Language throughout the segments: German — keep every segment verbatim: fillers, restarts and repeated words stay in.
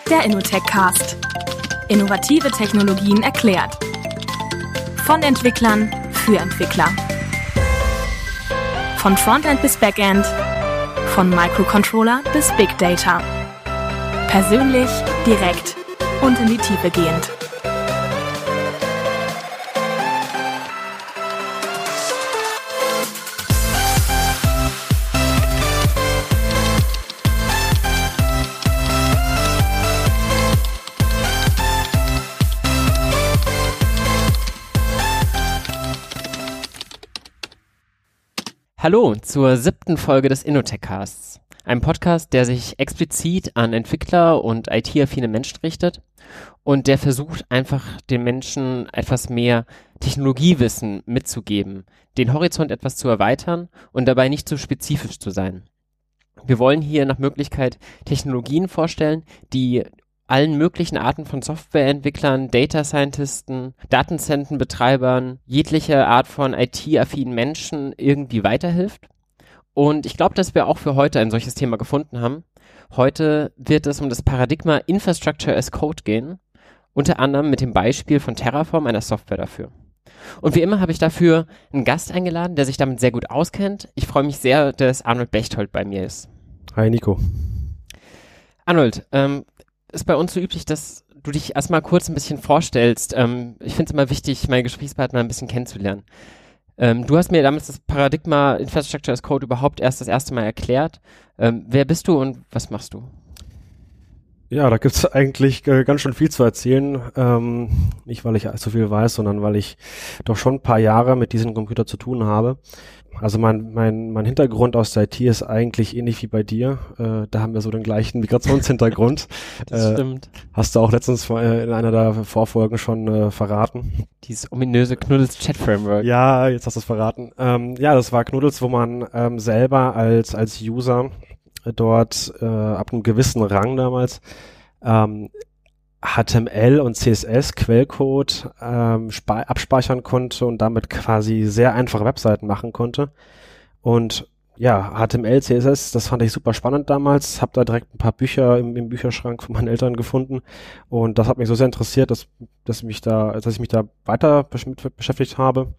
Der InnoTech-Cast. Innovative Technologien erklärt. Von Entwicklern für Entwickler. Von Frontend bis Backend. Von Microcontroller bis Big Data. Persönlich, direkt und in die Tiefe gehend. Hallo zur siebten Folge des InnoTech-Casts, einem Podcast, der sich explizit an Entwickler und I T-affine Menschen richtet und der versucht einfach den Menschen etwas mehr Technologiewissen mitzugeben, den Horizont etwas zu erweitern und dabei nicht zu spezifisch zu sein. Wir wollen hier nach Möglichkeit Technologien vorstellen, die allen möglichen Arten von Softwareentwicklern, Data Scientisten, Datencenterbetreibern, jeglicher Art von I T-affinen Menschen irgendwie weiterhilft. Und ich glaube, dass wir auch für heute ein solches Thema gefunden haben. Heute wird es um das Paradigma Infrastructure as Code gehen, unter anderem mit dem Beispiel von Terraform, einer Software dafür. Und wie immer habe ich dafür einen Gast eingeladen, der sich damit sehr gut auskennt. Ich freue mich sehr, dass Arnold Bechtold bei mir ist. Hi Nico. Arnold, ähm, ist bei uns so üblich, dass du dich erstmal kurz ein bisschen vorstellst. Ähm, ich finde es immer wichtig, meine Gesprächspartner ein bisschen kennenzulernen. Ähm, du hast mir damals das Paradigma Infrastructure as Code überhaupt erst das erste Mal erklärt. Ähm, wer bist du und was machst du? Ja, da gibt's eigentlich äh, ganz schön viel zu erzählen. Ähm, nicht, weil ich so viel weiß, sondern weil ich doch schon ein paar Jahre mit diesem Computer zu tun habe. Also mein, mein, mein Hintergrund aus der I T ist eigentlich ähnlich wie bei dir. Äh, da haben wir so den gleichen Migrationshintergrund. Das äh, stimmt. Hast du auch letztens äh, in einer der Vorfolgen schon äh, verraten. Dieses ominöse Knuddels-Chat-Framework. Ja, jetzt hast du es verraten. Ähm, ja, das war Knuddels, wo man ähm, selber als, als User dort äh, ab einem gewissen Rang damals ähm, H T M L und C S S Quellcode ähm, abspeichern konnte und damit quasi sehr einfache Webseiten machen konnte. Und ja, H T M L, C S S, das fand ich super spannend damals. Hab da direkt ein paar Bücher im, im Bücherschrank von meinen Eltern gefunden und das hat mich so sehr interessiert, dass, dass mich da, dass ich mich da weiter besch- beschäftigt habe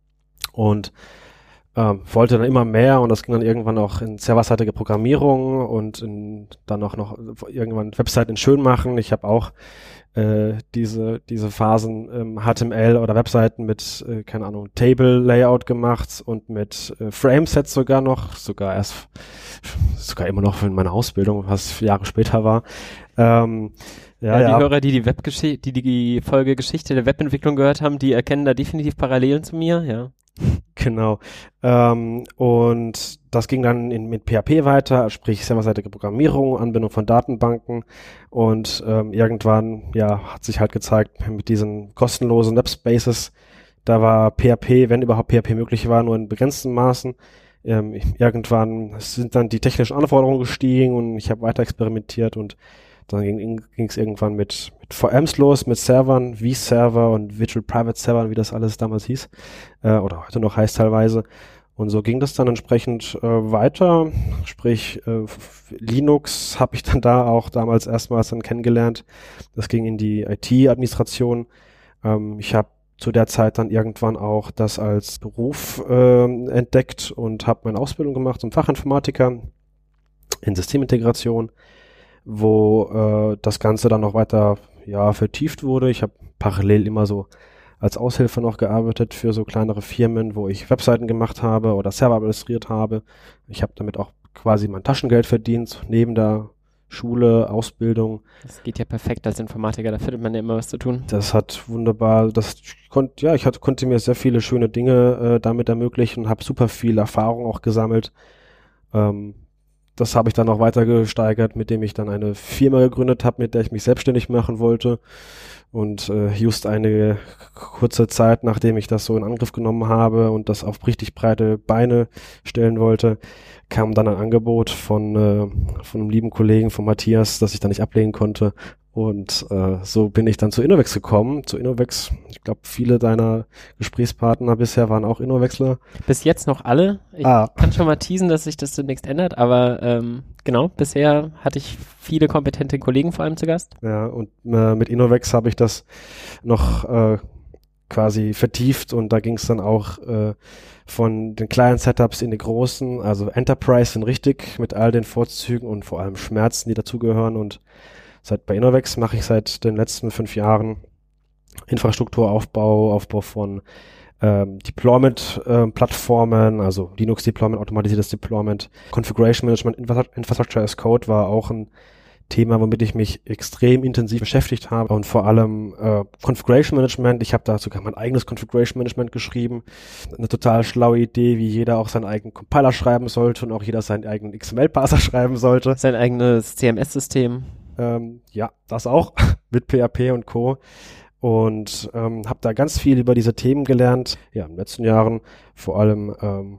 und Ähm, wollte dann immer mehr und das ging dann irgendwann auch in serverseitige Programmierung und in, dann auch noch irgendwann Webseiten schön machen. Ich habe auch äh, diese diese Phasen ähm, H T M L oder Webseiten mit, äh, keine Ahnung, Table-Layout gemacht und mit äh, Framesets sogar noch, sogar erst, sogar immer noch in meiner Ausbildung, was Jahre später war. Ähm, Ja, ja, die ja. Hörer, die die, Webgesch- die die Folge Geschichte der Webentwicklung gehört haben, die erkennen da definitiv Parallelen zu mir, ja. Genau. Ähm, und das ging dann in, mit P H P weiter, sprich serverseitige Programmierung, Anbindung von Datenbanken und ähm, irgendwann, ja, hat sich halt gezeigt, mit diesen kostenlosen Webspaces, da war P H P, wenn überhaupt P H P möglich war, nur in begrenzten Maßen. Ähm, irgendwann sind dann die technischen Anforderungen gestiegen und ich habe weiter experimentiert und dann ging es irgendwann mit, mit V Ms los, mit Servern, vServer und Virtual Private Servern, wie das alles damals hieß, äh, oder heute noch heißt teilweise. Und so ging das dann entsprechend äh, weiter, sprich äh, Linux habe ich dann da auch damals erstmals dann kennengelernt. Das ging in die I T-Administration. Ähm, ich habe zu der Zeit dann irgendwann auch das als Beruf äh, entdeckt und habe meine Ausbildung gemacht zum Fachinformatiker in Systemintegration, wo äh, das Ganze dann noch weiter ja vertieft wurde. Ich habe parallel immer so als Aushilfe noch gearbeitet für so kleinere Firmen, wo ich Webseiten gemacht habe oder Server administriert habe. Ich habe damit auch quasi mein Taschengeld verdient, neben der Schule, Ausbildung. Das geht ja perfekt als Informatiker, da findet man ja immer was zu tun. Das hat wunderbar, das konnte, ja, ich hat, konnte mir sehr viele schöne Dinge äh, damit ermöglichen, habe super viel Erfahrung auch gesammelt. Ähm, Das habe ich dann noch weiter gesteigert, mit dem ich dann eine Firma gegründet habe, mit der ich mich selbstständig machen wollte und äh, just einige kurze Zeit, nachdem ich das so in Angriff genommen habe und das auf richtig breite Beine stellen wollte, kam dann ein Angebot von, äh, von einem lieben Kollegen, von Matthias, das ich dann nicht ablehnen konnte. Und äh, so bin ich dann zu Innovex gekommen. Zu Innovex, ich glaube, viele deiner Gesprächspartner bisher waren auch Innowexler. Bis jetzt noch alle. Ich ah. kann schon mal teasen, dass sich das demnächst ändert, aber ähm, genau, bisher hatte ich viele kompetente Kollegen vor allem zu Gast. Ja, und äh, mit Innovex habe ich das noch äh, quasi vertieft und da ging es dann auch äh, von den kleinen Setups in die großen, also Enterprise in richtig mit all den Vorzügen und vor allem Schmerzen, die dazugehören. Und seit bei Innovex mache ich seit den letzten fünf Jahren Infrastrukturaufbau, Aufbau von ähm, Deployment-Plattformen, äh, also Linux-Deployment, automatisiertes Deployment, Configuration Management, Infrastructure as Code war auch ein Thema, womit ich mich extrem intensiv beschäftigt habe und vor allem äh, Configuration Management. Ich habe da sogar mein eigenes Configuration Management geschrieben. Eine total schlaue Idee, wie jeder auch seinen eigenen Compiler schreiben sollte und auch jeder seinen eigenen X M L-Parser schreiben sollte. Sein eigenes C M S-System. Ähm, ja, das auch mit P H P und Co. Und ähm, habe da ganz viel über diese Themen gelernt. Ja, in den letzten Jahren vor allem ähm,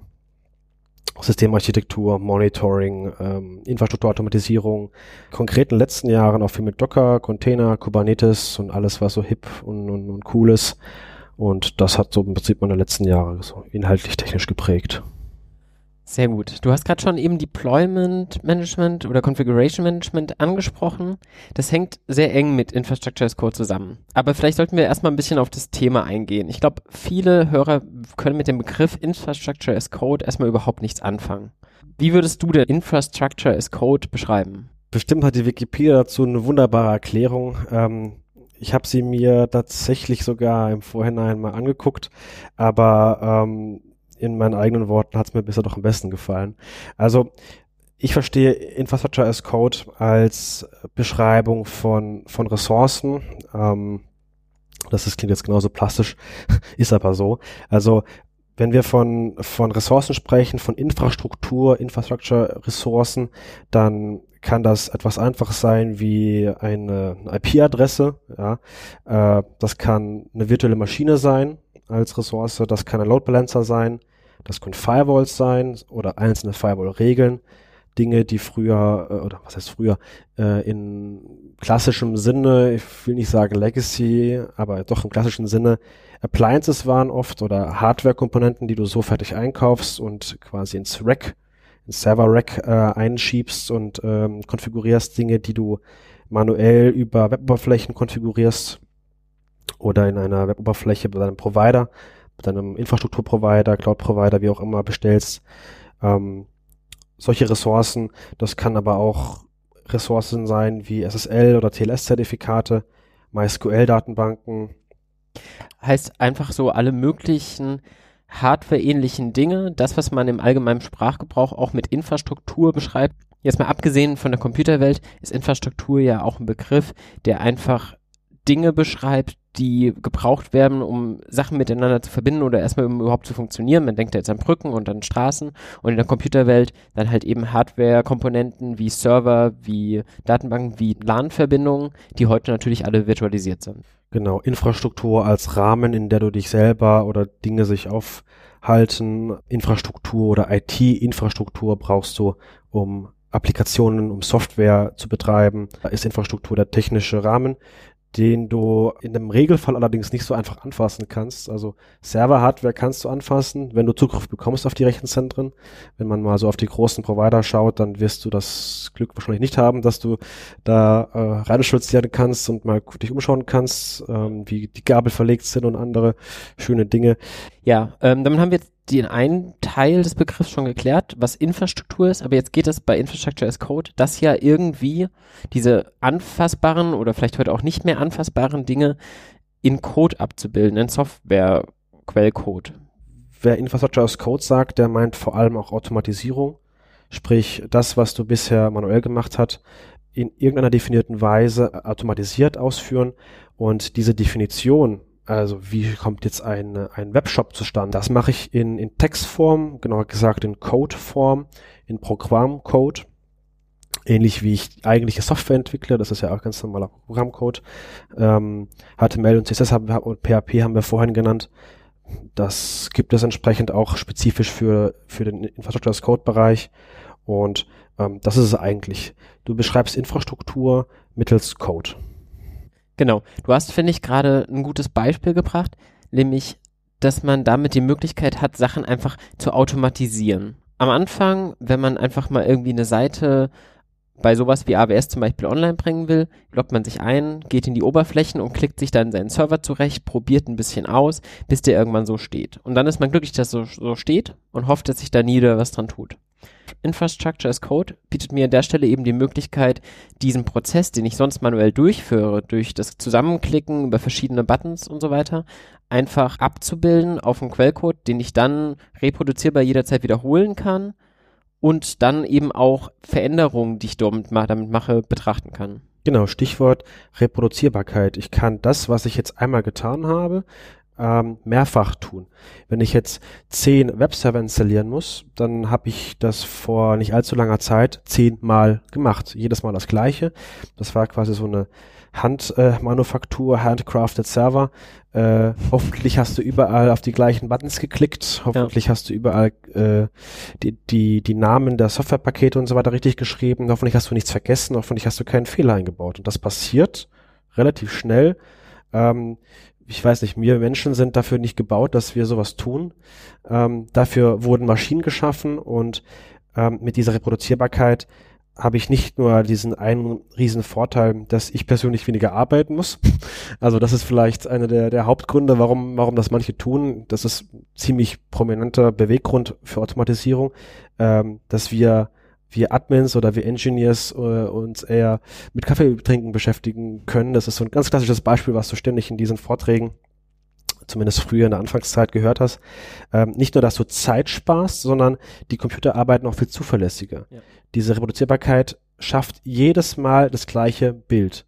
Systemarchitektur, Monitoring, ähm, Infrastrukturautomatisierung. Konkret in den letzten Jahren auch viel mit Docker, Container, Kubernetes und alles, was so hip und, und, und cool ist. Und das hat so im Prinzip meine letzten Jahre so inhaltlich technisch geprägt. Sehr gut. Du hast gerade schon eben Deployment Management oder Configuration Management angesprochen. Das hängt sehr eng mit Infrastructure as Code zusammen. Aber vielleicht sollten wir erstmal ein bisschen auf das Thema eingehen. Ich glaube, viele Hörer können mit dem Begriff Infrastructure as Code erstmal überhaupt nichts anfangen. Wie würdest du denn Infrastructure as Code beschreiben? Bestimmt hat die Wikipedia dazu eine wunderbare Erklärung. Ähm, ich habe sie mir tatsächlich sogar im Vorhinein mal angeguckt, aber ähm, in meinen eigenen Worten hat es mir bisher doch am besten gefallen. Also ich verstehe Infrastructure as Code als Beschreibung von von Ressourcen. Ähm, das ist, klingt jetzt genauso plastisch, ist aber so. Also wenn wir von von Ressourcen sprechen, von Infrastruktur, Infrastructure-Ressourcen, dann kann das etwas Einfaches sein wie eine, eine I P-Adresse. Ja, äh, das kann eine virtuelle Maschine sein als Ressource, das kann ein Load Balancer sein, das können Firewalls sein oder einzelne Firewall-Regeln, Dinge, die früher, äh, oder was heißt früher, äh, in klassischem Sinne, ich will nicht sagen Legacy, aber doch im klassischen Sinne Appliances waren oft oder Hardware-Komponenten, die du so fertig einkaufst und quasi ins Rack, ins Server-Rack äh, einschiebst und ähm, konfigurierst, Dinge, die du manuell über Web-Oberflächen konfigurierst oder in einer Web-Oberfläche bei deinem Provider, bei deinem Infrastrukturprovider, Cloud-Provider, wie auch immer bestellst. Ähm, solche Ressourcen, das kann aber auch Ressourcen sein wie S S L oder T L S-Zertifikate, MySQL-Datenbanken. Heißt einfach so alle möglichen Hardware-ähnlichen Dinge, das, was man im allgemeinen Sprachgebrauch auch mit Infrastruktur beschreibt. Jetzt mal abgesehen von der Computerwelt ist Infrastruktur ja auch ein Begriff, der einfach Dinge beschreibt, die gebraucht werden, um Sachen miteinander zu verbinden oder erstmal um überhaupt zu funktionieren. Man denkt ja jetzt an Brücken und an Straßen und in der Computerwelt dann halt eben Hardware-Komponenten wie Server, wie Datenbanken, wie LAN-Verbindungen, die heute natürlich alle virtualisiert sind. Genau, Infrastruktur als Rahmen, in der du dich selber oder Dinge sich aufhalten. Infrastruktur oder I T-Infrastruktur brauchst du, um Applikationen, um Software zu betreiben. Da ist Infrastruktur der technische Rahmen, den du in einem Regelfall allerdings nicht so einfach anfassen kannst. Also Server-Hardware kannst du anfassen, wenn du Zugriff bekommst auf die Rechenzentren. Wenn man mal so auf die großen Provider schaut, dann wirst du das Glück wahrscheinlich nicht haben, dass du da äh, reinstolzieren kannst und mal dich umschauen kannst, ähm, wie die Gabel verlegt sind und andere schöne Dinge. Ja, ähm, damit haben wir jetzt den einen Teil des Begriffs schon geklärt, was Infrastruktur ist, aber jetzt geht es bei Infrastructure as Code, dass ja irgendwie diese anfassbaren oder vielleicht heute auch nicht mehr anfassbaren Dinge in Code abzubilden, in Software-Quellcode. Wer Infrastructure as Code sagt, der meint vor allem auch Automatisierung, sprich das, was du bisher manuell gemacht hast, in irgendeiner definierten Weise automatisiert ausführen und diese Definition, also wie kommt jetzt ein, ein Webshop zustande? Das mache ich in, in Textform, genauer gesagt in Codeform, in Programmcode. ähnlich wie ich eigentliche Software entwickle, das ist ja auch ganz normaler Programmcode. Ähm, H T M L und C S S haben wir, und P H P haben wir vorhin genannt. Das gibt es entsprechend auch spezifisch für, für den Infrastructure as Code Bereich. Und ähm, das ist es eigentlich. Du beschreibst Infrastruktur mittels Code. Genau. Du hast, finde ich, gerade ein gutes Beispiel gebracht, nämlich, dass man damit die Möglichkeit hat, Sachen einfach zu automatisieren. Am Anfang, wenn man einfach mal irgendwie eine Seite bei sowas wie A W S zum Beispiel online bringen will, loggt man sich ein, geht in die Oberflächen und klickt sich dann seinen Server zurecht, probiert ein bisschen aus, bis der irgendwann so steht. Und dann ist man glücklich, dass so, so steht und hofft, dass sich da nie wieder was dran tut. Infrastructure as Code bietet mir an der Stelle eben die Möglichkeit, diesen Prozess, den ich sonst manuell durchführe, durch das Zusammenklicken über verschiedene Buttons und so weiter, einfach abzubilden auf einen Quellcode, den ich dann reproduzierbar jederzeit wiederholen kann und dann eben auch Veränderungen, die ich damit mache, betrachten kann. Genau, Stichwort Reproduzierbarkeit. Ich kann das, was ich jetzt einmal getan habe, ähm, mehrfach tun. Wenn ich jetzt zehn Webserver installieren muss, dann habe ich das vor nicht allzu langer Zeit zehnmal gemacht. Jedes Mal das Gleiche. Das war quasi so eine Handmanufaktur, äh, handcrafted Server. Äh, hoffentlich hast du überall auf die gleichen Buttons geklickt. Hoffentlich ja. hast du überall äh, die, die, die Namen der Softwarepakete und so weiter richtig geschrieben. Hoffentlich hast du nichts vergessen. Hoffentlich hast du keinen Fehler eingebaut. Und das passiert relativ schnell. Ähm, ich weiß nicht, wir Menschen sind dafür nicht gebaut, dass wir sowas tun. Ähm, dafür wurden Maschinen geschaffen und ähm, mit dieser Reproduzierbarkeit habe ich nicht nur diesen einen riesen Vorteil, dass ich persönlich weniger arbeiten muss. Also das ist vielleicht einer der, der Hauptgründe, warum, warum das manche tun. Das ist ziemlich prominenter Beweggrund für Automatisierung, ähm, dass wir wir Admins oder wir Engineers äh, uns eher mit Kaffee trinken beschäftigen können. Das ist so ein ganz klassisches Beispiel, was du ständig in diesen Vorträgen, zumindest früher in der Anfangszeit, gehört hast. Ähm, nicht nur, dass du Zeit sparst, sondern die Computer arbeiten auch viel zuverlässiger. Ja. Diese Reproduzierbarkeit schafft jedes Mal das gleiche Bild.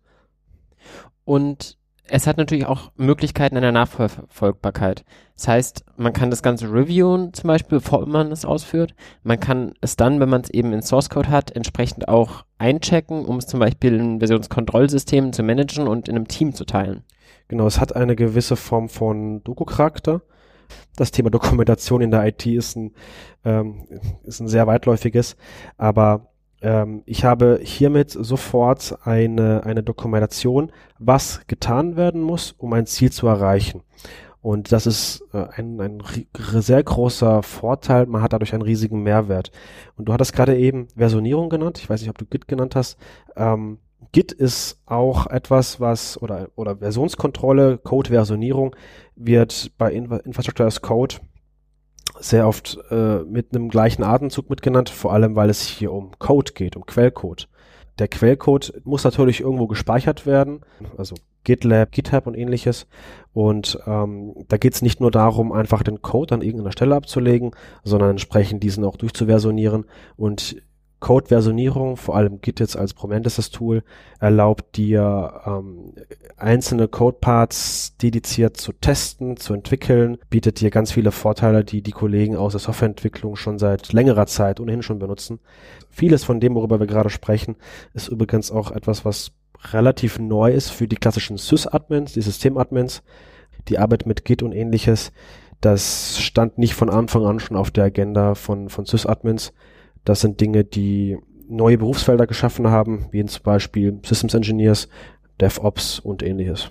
Und es hat natürlich auch Möglichkeiten einer Nachverfolgbarkeit. Das heißt, man kann das Ganze reviewen, zum Beispiel, bevor man es ausführt. Man kann es dann, wenn man es eben in Source Code hat, entsprechend auch einchecken, um es zum Beispiel in Versionskontrollsystemen zu managen und in einem Team zu teilen. Genau, es hat eine gewisse Form von Doku-Charakter. Das Thema Dokumentation in der I T ist ein, ähm, ist ein sehr weitläufiges, aber ähm, ich habe hiermit sofort eine, eine Dokumentation, was getan werden muss, um ein Ziel zu erreichen. Und das ist äh, ein, ein sehr großer Vorteil, man hat dadurch einen riesigen Mehrwert. Und du hattest gerade eben Versionierung genannt, ich weiß nicht, ob du Git genannt hast. Ähm, Git ist auch etwas, was, oder, oder Versionskontrolle, Code-Versionierung wird bei Infrastructure as Code sehr oft äh, mit einem gleichen Atemzug mitgenannt, vor allem, weil es hier um Code geht, um Quellcode. Der Quellcode muss natürlich irgendwo gespeichert werden, also GitLab, GitHub und ähnliches. Und ähm, da geht es nicht nur darum, einfach den Code an irgendeiner Stelle abzulegen, sondern entsprechend diesen auch durchzuversionieren. Und Code-Versionierung, vor allem Git jetzt als prominentestes Tool, erlaubt dir ähm, einzelne Code-Parts dediziert zu testen, zu entwickeln, bietet dir ganz viele Vorteile, die die Kollegen aus der Softwareentwicklung schon seit längerer Zeit ohnehin schon benutzen. Vieles von dem, worüber wir gerade sprechen, ist übrigens auch etwas, was relativ neu ist für die klassischen Sys-Admins, die Systemadmins, die Arbeit mit Git und ähnliches. Das stand nicht von Anfang an schon auf der Agenda von, von Sys-Admins. Das sind Dinge, die neue Berufsfelder geschaffen haben, wie zum Beispiel Systems Engineers, DevOps und ähnliches.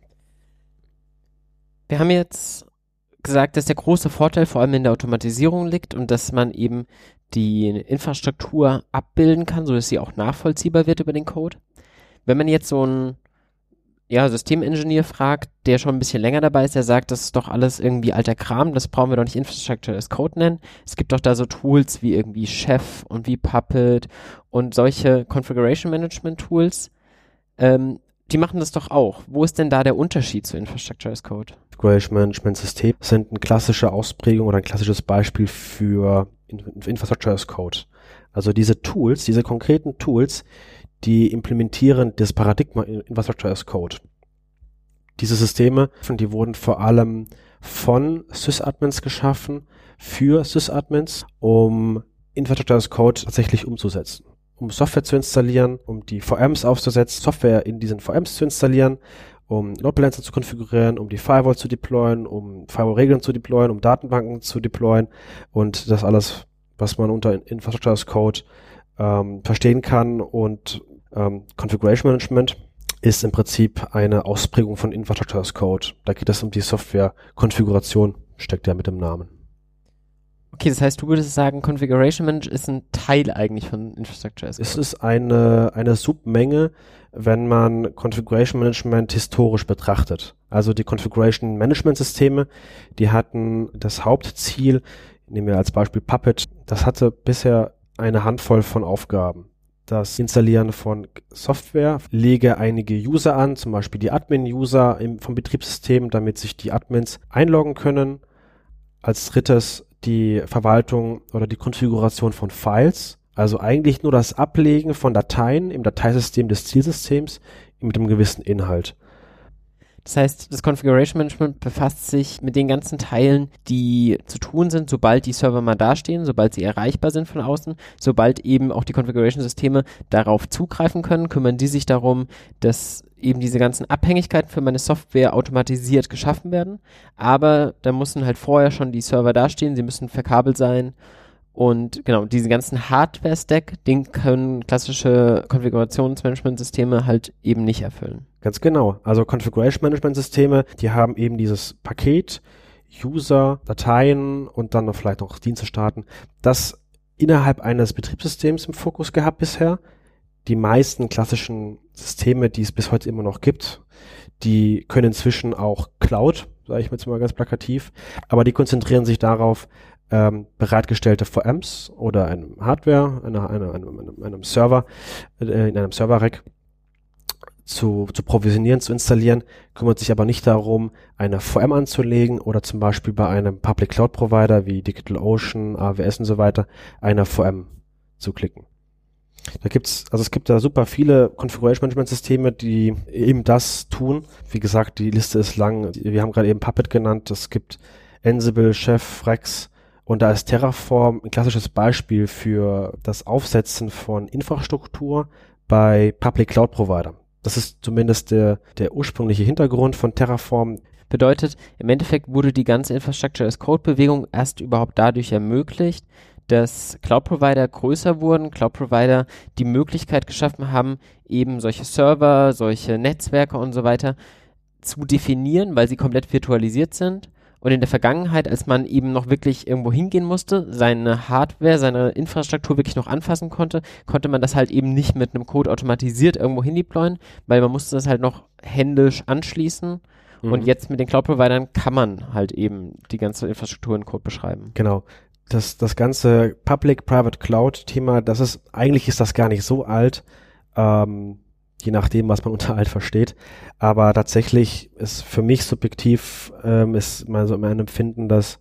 Wir haben jetzt gesagt, dass der große Vorteil vor allem in der Automatisierung liegt und dass man eben die Infrastruktur abbilden kann, sodass sie auch nachvollziehbar wird über den Code. Wenn man jetzt so einen ja, Systemingenieur fragt, der schon ein bisschen länger dabei ist, der sagt, das ist doch alles irgendwie alter Kram, das brauchen wir doch nicht Infrastructure as Code nennen. Es gibt doch da so Tools wie irgendwie Chef und wie Puppet und solche Configuration Management Tools, ähm, die machen das doch auch. Wo ist denn da der Unterschied zu Infrastructure as Code? Configuration Management System sind eine klassische Ausprägung oder ein klassisches Beispiel für Infrastructure as Code. Also diese Tools, diese konkreten Tools, die implementieren das Paradigma in Infrastructure as Code. Diese Systeme, die wurden vor allem von Sysadmins geschaffen, für Sysadmins, um Infrastructure as Code tatsächlich umzusetzen. um Software zu installieren, um die V Ms aufzusetzen, Software in diesen V Ms zu installieren, um Load Balancer zu konfigurieren, um die Firewall zu deployen, um Firewall-Regeln zu deployen, um Datenbanken zu deployen und das alles, was man unter Infrastructure as Code ähm, verstehen kann. Und ähm, Configuration Management ist im Prinzip eine Ausprägung von Infrastructure as Code. Da geht es um die Software-Konfiguration, steckt ja mit dem Namen. Okay, das heißt, du würdest sagen, Configuration Management ist ein Teil eigentlich von Infrastructure as Code. Es ist eine, eine Submenge, wenn man Configuration Management historisch betrachtet. Also die Configuration Management Systeme, die hatten das Hauptziel, nehmen wir als Beispiel Puppet, das hatte bisher eine Handvoll von Aufgaben. Das Installieren von Software, lege einige User an, zum Beispiel die Admin-User im, vom Betriebssystem, damit sich die Admins einloggen können. Als drittes die Verwaltung oder die Konfiguration von Files, also eigentlich nur das Ablegen von Dateien im Dateisystem des Zielsystems mit einem gewissen Inhalt. Das heißt, das Configuration Management befasst sich mit den ganzen Teilen, die zu tun sind, sobald die Server mal dastehen, sobald sie erreichbar sind von außen, sobald eben auch die Configuration-Systeme darauf zugreifen können, kümmern die sich darum, dass eben diese ganzen Abhängigkeiten für meine Software automatisiert geschaffen werden. Aber da müssen halt vorher schon die Server dastehen, sie müssen verkabelt sein. Und genau, diese ganzen Hardware-Stack, den können klassische Konfigurationsmanagement-Systeme halt eben nicht erfüllen. Ganz genau. Also Configuration-Management-Systeme, die haben eben dieses Paket, User, Dateien und dann noch vielleicht noch Dienste starten, das innerhalb eines Betriebssystems im Fokus gehabt bisher. Die meisten klassischen Systeme, die es bis heute immer noch gibt, die können inzwischen auch Cloud, sage ich mir jetzt mal ganz plakativ, aber die konzentrieren sich darauf, Ähm, bereitgestellte V Ms oder einem Hardware, einer, einer, einem, einem, einem Server, äh, in einem Server-Rack zu, zu provisionieren, zu installieren, kümmert sich aber nicht darum, eine V M anzulegen oder zum Beispiel bei einem Public Cloud Provider wie DigitalOcean, A W S und so weiter, eine V M zu klicken. Da gibt's, also es gibt da super viele Configuration Management Systeme, die eben das tun. Wie gesagt, die Liste ist lang. Wir haben gerade eben Puppet genannt. Es gibt Ansible, Chef, Rex. Und da ist Terraform ein klassisches Beispiel für das Aufsetzen von Infrastruktur bei Public Cloud Provider. Das ist zumindest der, der ursprüngliche Hintergrund von Terraform. Bedeutet, im Endeffekt wurde die ganze Infrastructure as Code Bewegung erst überhaupt dadurch ermöglicht, dass Cloud Provider größer wurden, Cloud Provider die Möglichkeit geschaffen haben, eben solche Server, solche Netzwerke und so weiter zu definieren, weil sie komplett virtualisiert sind. Und in der Vergangenheit, als man eben noch wirklich irgendwo hingehen musste, seine Hardware, seine Infrastruktur wirklich noch anfassen konnte, konnte man das halt eben nicht mit einem Code automatisiert irgendwo hin deployen, weil man musste das halt noch händisch anschließen. Mhm. Und jetzt mit den Cloud-Providern kann man halt eben die ganze Infrastruktur in Code beschreiben. Genau. Das, das ganze Public-Private-Cloud-Thema, das ist, eigentlich ist das gar nicht so alt. Ähm, je nachdem, was man unter alt versteht. Aber tatsächlich ist für mich subjektiv ähm, ist mein, so mein Empfinden, dass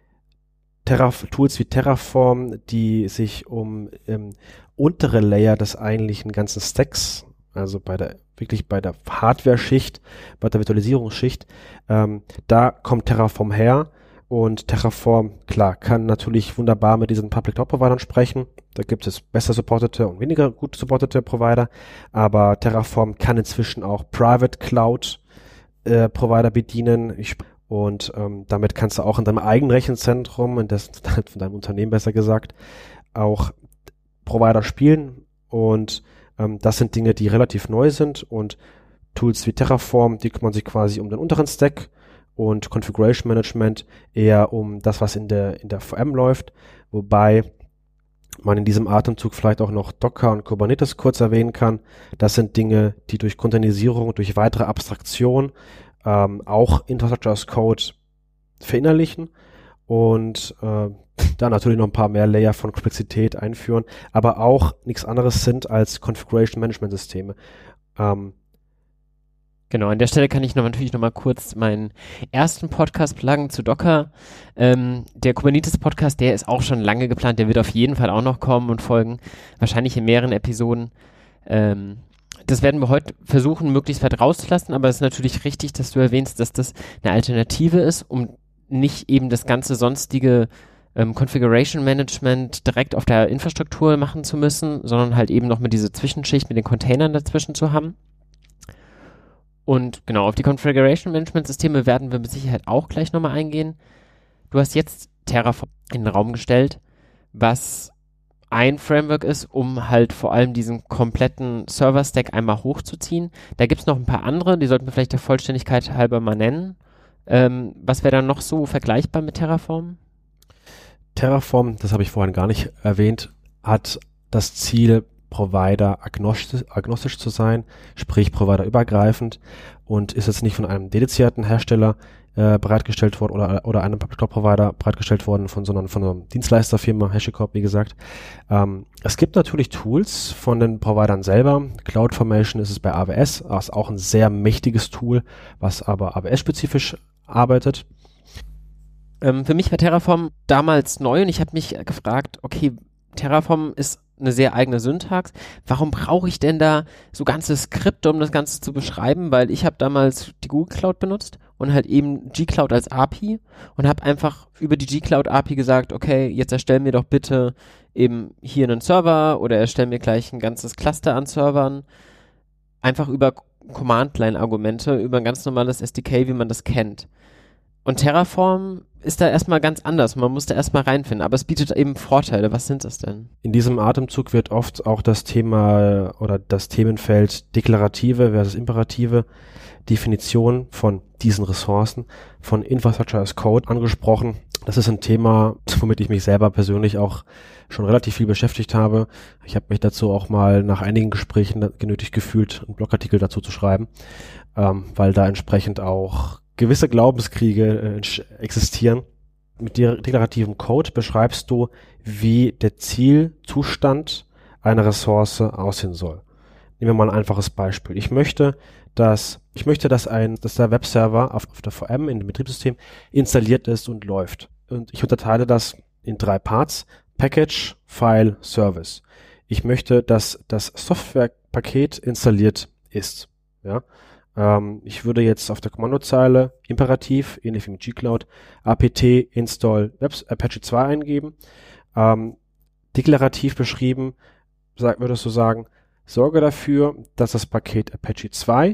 Terraf- Tools wie Terraform, die sich um ähm, untere Layer des eigentlichen ganzen Stacks, also bei der wirklich bei der Hardware-Schicht, bei der Virtualisierungsschicht, ähm, da kommt Terraform her. Und Terraform, klar, kann natürlich wunderbar mit diesen Public Cloud Providern sprechen. Da gibt es besser supportete und weniger gut supportete Provider. Aber Terraform kann inzwischen auch Private Cloud äh, Provider bedienen. Ich, und ähm, damit kannst du auch in deinem eigenen Rechenzentrum, in das, von deinem Unternehmen besser gesagt, auch Provider spielen. Und ähm, das sind Dinge, die relativ neu sind. Und Tools wie Terraform, die kümmern sich quasi um den unteren Stack. Und Configuration Management eher um das, was in der in der V M läuft, wobei man in diesem Atemzug vielleicht auch noch Docker und Kubernetes kurz erwähnen kann. Das sind Dinge, die durch Containerisierung, durch weitere Abstraktion ähm, auch Infrastructure as Code verinnerlichen und äh, da natürlich noch ein paar mehr Layer von Komplexität einführen, aber auch nichts anderes sind als Configuration Management Systeme. Ähm, Genau, an der Stelle kann ich noch natürlich noch mal kurz meinen ersten Podcast pluggen zu Docker. Ähm, der Kubernetes-Podcast, der ist auch schon lange geplant, der wird auf jeden Fall auch noch kommen und folgen, wahrscheinlich in mehreren Episoden. Ähm, das werden wir heute versuchen, möglichst weit rauszulassen, aber es ist natürlich richtig, dass du erwähnst, dass das eine Alternative ist, um nicht eben das ganze sonstige ähm, Configuration Management direkt auf der Infrastruktur machen zu müssen, sondern halt eben noch mit dieser Zwischenschicht mit den Containern dazwischen zu haben. Und genau, auf die Configuration Management Systeme werden wir mit Sicherheit auch gleich nochmal eingehen. Du hast jetzt Terraform in den Raum gestellt, was ein Framework ist, um halt vor allem diesen kompletten Server-Stack einmal hochzuziehen. Da gibt es noch ein paar andere, die sollten wir vielleicht der Vollständigkeit halber mal nennen. Ähm, was wäre dann noch so vergleichbar mit Terraform? Terraform, das habe ich vorhin gar nicht erwähnt, hat das Ziel, Provider agnostisch, agnostisch zu sein, sprich providerübergreifend, und ist jetzt nicht von einem dedizierten Hersteller äh, bereitgestellt worden oder, oder einem Public Cloud Provider bereitgestellt worden, von, sondern von einer Dienstleisterfirma, HashiCorp, wie gesagt. Ähm, es gibt natürlich Tools von den Providern selber. CloudFormation ist es bei A W S, das ist auch ein sehr mächtiges Tool, was aber A W S-spezifisch arbeitet. Ähm, für mich war Terraform damals neu und ich habe mich gefragt, okay, Terraform ist eine sehr eigene Syntax. Warum brauche ich denn da so ganze Skripte, um das Ganze zu beschreiben? Weil ich habe damals die Google Cloud benutzt und halt eben G-Cloud als A P I und habe einfach über die G-Cloud A P I gesagt, okay, jetzt erstell mir doch bitte eben hier einen Server oder erstell mir gleich ein ganzes Cluster an Servern. Einfach über Command-Line-Argumente, über ein ganz normales S D K, wie man das kennt. Und Terraform ist da erstmal ganz anders. Man muss da erstmal reinfinden, aber es bietet eben Vorteile. Was sind das denn? In diesem Atemzug wird oft auch das Thema oder das Themenfeld deklarative versus imperative Definition von diesen Ressourcen, von Infrastructure as Code angesprochen. Das ist ein Thema, womit ich mich selber persönlich auch schon relativ viel beschäftigt habe. Ich habe mich dazu auch mal nach einigen Gesprächen genötigt gefühlt, einen Blogartikel dazu zu schreiben, ähm, weil da entsprechend auch gewisse Glaubenskriege äh, existieren. Mit deklarativem Code beschreibst du, wie der Zielzustand einer Ressource aussehen soll. Nehmen wir mal ein einfaches Beispiel. Ich möchte, dass ich möchte, dass ein, dass der Webserver auf, auf der V M in dem Betriebssystem installiert ist und läuft. Und ich unterteile das in drei Parts: Package, File, Service. Ich möchte, dass das Softwarepaket installiert ist. Ja. Ich würde jetzt auf der Kommandozeile imperativ, ähnlich wie mit G-Cloud, apt install Webs, Apache zwei eingeben. Ähm, deklarativ beschrieben, sag, würdest du sagen, sorge dafür, dass das Paket Apache zwei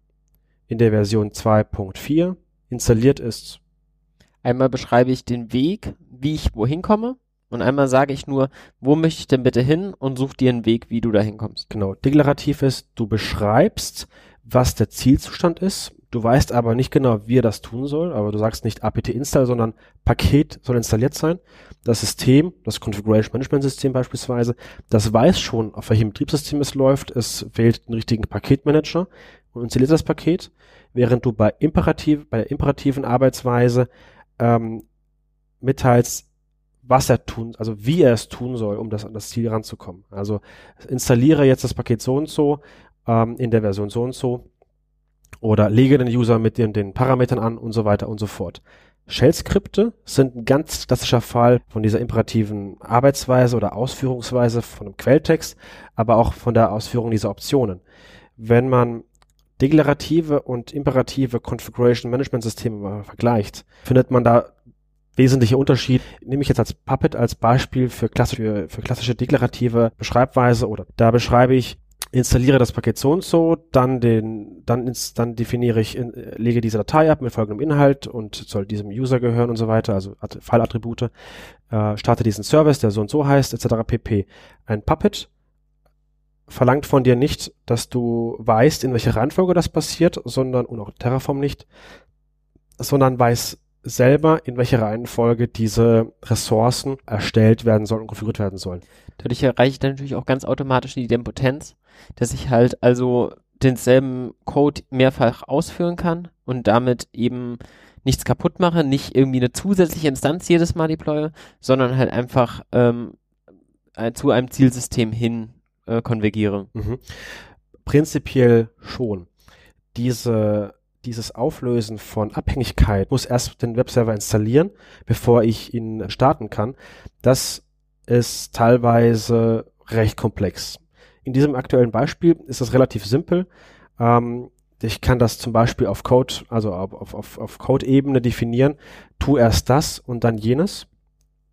in der Version zwei Punkt vier installiert ist. Einmal beschreibe ich den Weg, wie ich wohin komme, und einmal sage ich nur, wo möchte ich denn bitte hin, und such dir einen Weg, wie du da hinkommst. Genau, deklarativ ist, du beschreibst, was der Zielzustand ist. Du weißt aber nicht genau, wie er das tun soll, aber du sagst nicht apt install, sondern Paket soll installiert sein. Das System, das Configuration Management System beispielsweise, das weiß schon, auf welchem Betriebssystem es läuft. Es wählt den richtigen Paketmanager und installiert das Paket, während du bei imperativ, bei der imperativen Arbeitsweise ähm, mitteilst, was er tun, also wie er es tun soll, um das an das Ziel ranzukommen. Also installiere jetzt das Paket so und so ähm, in der Version so und so oder lege den User mit den, den Parametern an und so weiter und so fort. Shell-Skripte sind ein ganz klassischer Fall von dieser imperativen Arbeitsweise oder Ausführungsweise von einem Quelltext, aber auch von der Ausführung dieser Optionen. Wenn man deklarative und imperative Configuration Management Systeme vergleicht, findet man da wesentliche Unterschied. Nehme ich jetzt als Puppet als Beispiel für klassische, für klassische deklarative Beschreibweise, oder da beschreibe ich, installiere das Paket so und so, dann den, dann ins, dann definiere ich, in, lege diese Datei ab mit folgendem Inhalt und soll diesem User gehören und so weiter, also File-Attribute, äh, starte diesen Service, der so und so heißt, et cetera pp. Ein Puppet verlangt von dir nicht, dass du weißt, in welcher Reihenfolge das passiert, sondern, und auch Terraform nicht, sondern weiß selber, in welcher Reihenfolge diese Ressourcen erstellt werden sollen und konfiguriert werden sollen. Dadurch erreiche ich dann natürlich auch ganz automatisch die Idempotenz, dass ich halt also denselben Code mehrfach ausführen kann und damit eben nichts kaputt mache, nicht irgendwie eine zusätzliche Instanz jedes Mal deploye, sondern halt einfach ähm, zu einem Zielsystem hin äh, konvergiere. Mhm. Prinzipiell schon. Diese Dieses Auflösen von Abhängigkeit muss erst den Webserver installieren, bevor ich ihn starten kann. Das ist teilweise recht komplex. In diesem aktuellen Beispiel ist das relativ simpel. Ähm, ich kann das zum Beispiel auf Code, also auf, auf, auf Code-Ebene definieren. Tu erst das und dann jenes.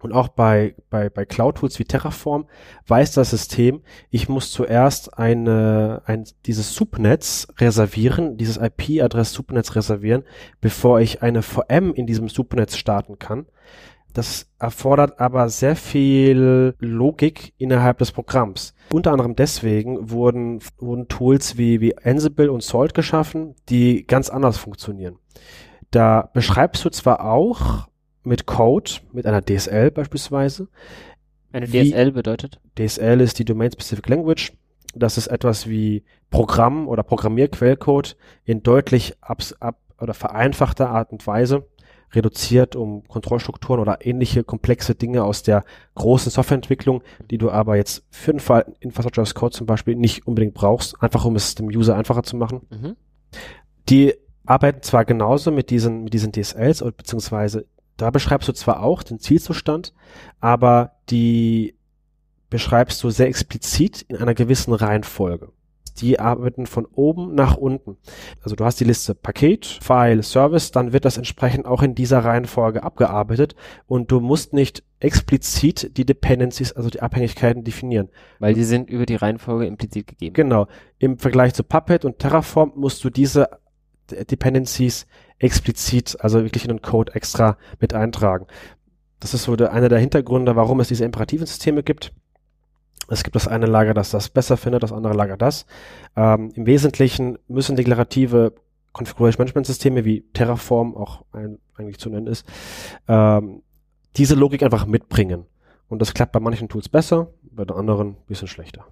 Und auch bei, bei, bei Cloud-Tools wie Terraform weiß das System, ich muss zuerst eine, ein, dieses Subnetz reservieren, dieses I P-Adress-Subnetz reservieren, bevor ich eine V M in diesem Subnetz starten kann. Das erfordert aber sehr viel Logik innerhalb des Programms. Unter anderem deswegen wurden, wurden Tools wie, wie Ansible und Salt geschaffen, die ganz anders funktionieren. Da beschreibst du zwar auch mit Code, mit einer D S L beispielsweise. Eine D S L bedeutet? D S L ist die Domain Specific Language. Das ist etwas wie Programm oder Programmierquellcode in deutlich ab, ab oder vereinfachter Art und Weise reduziert um Kontrollstrukturen oder ähnliche komplexe Dinge aus der großen Softwareentwicklung, die du aber jetzt für den Fall Infrastructure as Code zum Beispiel nicht unbedingt brauchst, einfach um es dem User einfacher zu machen. Mhm. Die arbeiten zwar genauso mit diesen, mit diesen D S Ls, beziehungsweise da beschreibst du zwar auch den Zielzustand, aber die beschreibst du sehr explizit in einer gewissen Reihenfolge. Die arbeiten von oben nach unten. Also du hast die Liste Paket, File, Service, dann wird das entsprechend auch in dieser Reihenfolge abgearbeitet und du musst nicht explizit die Dependencies, also die Abhängigkeiten definieren. Weil die sind über die Reihenfolge implizit gegeben. Genau. Im Vergleich zu Puppet und Terraform musst du diese Dependencies explizit, also wirklich in den Code extra mit eintragen. Das ist so der, einer der Hintergründe, warum es diese imperativen Systeme gibt. Es gibt das eine Lager, das das besser findet, das andere Lager das. Ähm, Im Wesentlichen müssen deklarative Configuration Management Systeme wie Terraform auch ein, eigentlich zu nennen ist, ähm, diese Logik einfach mitbringen. Und das klappt bei manchen Tools besser, bei den anderen ein bisschen schlechter.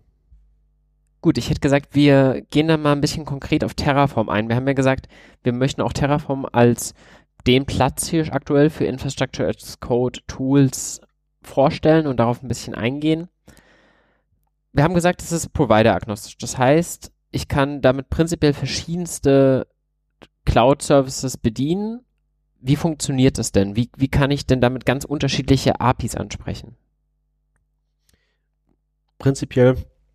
Gut, ich hätte gesagt, wir gehen dann mal ein bisschen konkret auf Terraform ein. Wir haben ja gesagt, wir möchten auch Terraform als den Platz hier aktuell für Infrastructure as Code Tools vorstellen und darauf ein bisschen eingehen. Wir haben gesagt, es ist provider-agnostisch. Das heißt, ich kann damit prinzipiell verschiedenste Cloud-Services bedienen. Wie funktioniert das denn? Wie, wie kann ich denn damit ganz unterschiedliche A P Is ansprechen? Prinzipiell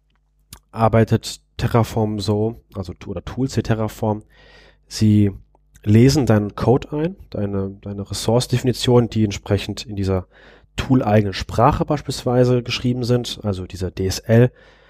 arbeitet Terraform so, also oder Tools wie Terraform, sie lesen deinen Code ein, deine, deine Ressource-Definition, die entsprechend in dieser Tool-eigenen Sprache beispielsweise geschrieben sind, also dieser D S L.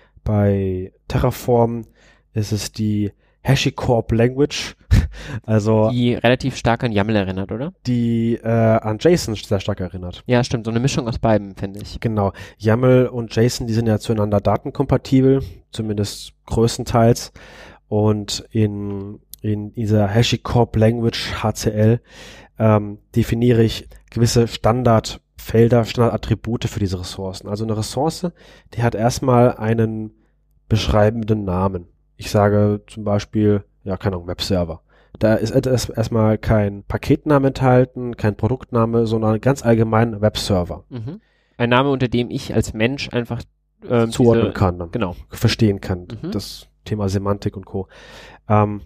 Bei Terraform ist es die HashiCorp Language, also die relativ stark an YAML erinnert, oder? Die äh, an JSON sehr stark erinnert. Ja, stimmt, so eine Mischung aus beiden, finde ich. Genau, YAML und JSON, die sind ja zueinander datenkompatibel, zumindest größtenteils, und in in dieser HashiCorp Language H C L ähm, definiere ich gewisse Standardfelder, Standardattribute für diese Ressourcen. Also eine Ressource, die hat erstmal einen beschreibenden Namen. Ich sage zum Beispiel, ja, keine Ahnung, Webserver. Da ist erstmal kein Paketname enthalten, kein Produktname, sondern ganz allgemein Webserver. Mhm. Ein Name, unter dem ich als Mensch einfach ähm, zuordnen diese, kann, dann genau. verstehen kann. Mhm. Das Thema Semantik und Co. Ähm,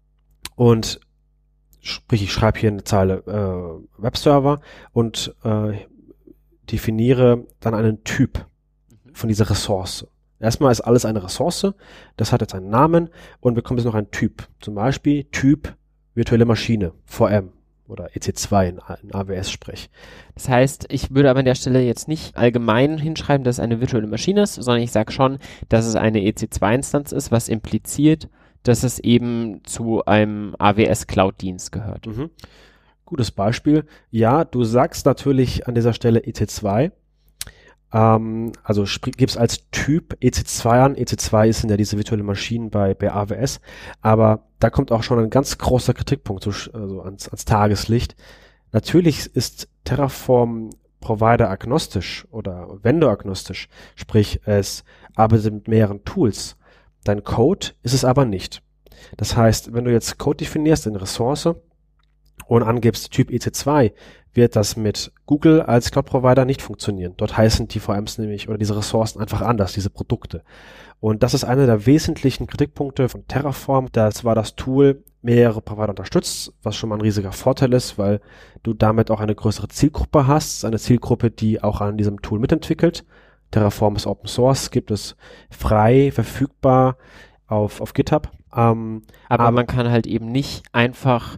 und sprich, ich schreibe hier eine Zeile äh, Webserver und äh, definiere dann einen Typ von dieser Ressource. Erstmal ist alles eine Ressource, das hat jetzt einen Namen und bekommt jetzt noch einen Typ. Zum Beispiel Typ virtuelle Maschine, V M oder E C zwei in, in A W S-Sprech. Das heißt, ich würde aber an der Stelle jetzt nicht allgemein hinschreiben, dass es eine virtuelle Maschine ist, sondern ich sage schon, dass es eine E C zwei Instanz ist, was impliziert, dass es eben zu einem A W S-Cloud-Dienst gehört. Mhm. Gutes Beispiel. Ja, du sagst natürlich an dieser Stelle E C zwei. Ähm, also gibst als Typ E C zwei an. E C zwei sind ja diese virtuelle Maschinen bei, bei A W S. Aber da kommt auch schon ein ganz großer Kritikpunkt zu, also ans, ans Tageslicht. Natürlich ist Terraform Provider-agnostisch oder Vendor-agnostisch. Sprich, es arbeitet mit mehreren Tools. Dein Code ist es aber nicht. Das heißt, wenn du jetzt Code definierst in Ressource und angibst Typ E C zwei, wird das mit Google als Cloud-Provider nicht funktionieren. Dort heißen die V Ms nämlich oder diese Ressourcen einfach anders, diese Produkte. Und das ist einer der wesentlichen Kritikpunkte von Terraform. Das war das Tool, mehrere Provider unterstützt, was schon mal ein riesiger Vorteil ist, weil du damit auch eine größere Zielgruppe hast, eine Zielgruppe, die auch an diesem Tool mitentwickelt. Terraform ist Open Source, gibt es frei verfügbar auf, auf GitHub. Ähm, aber, aber man kann halt eben nicht einfach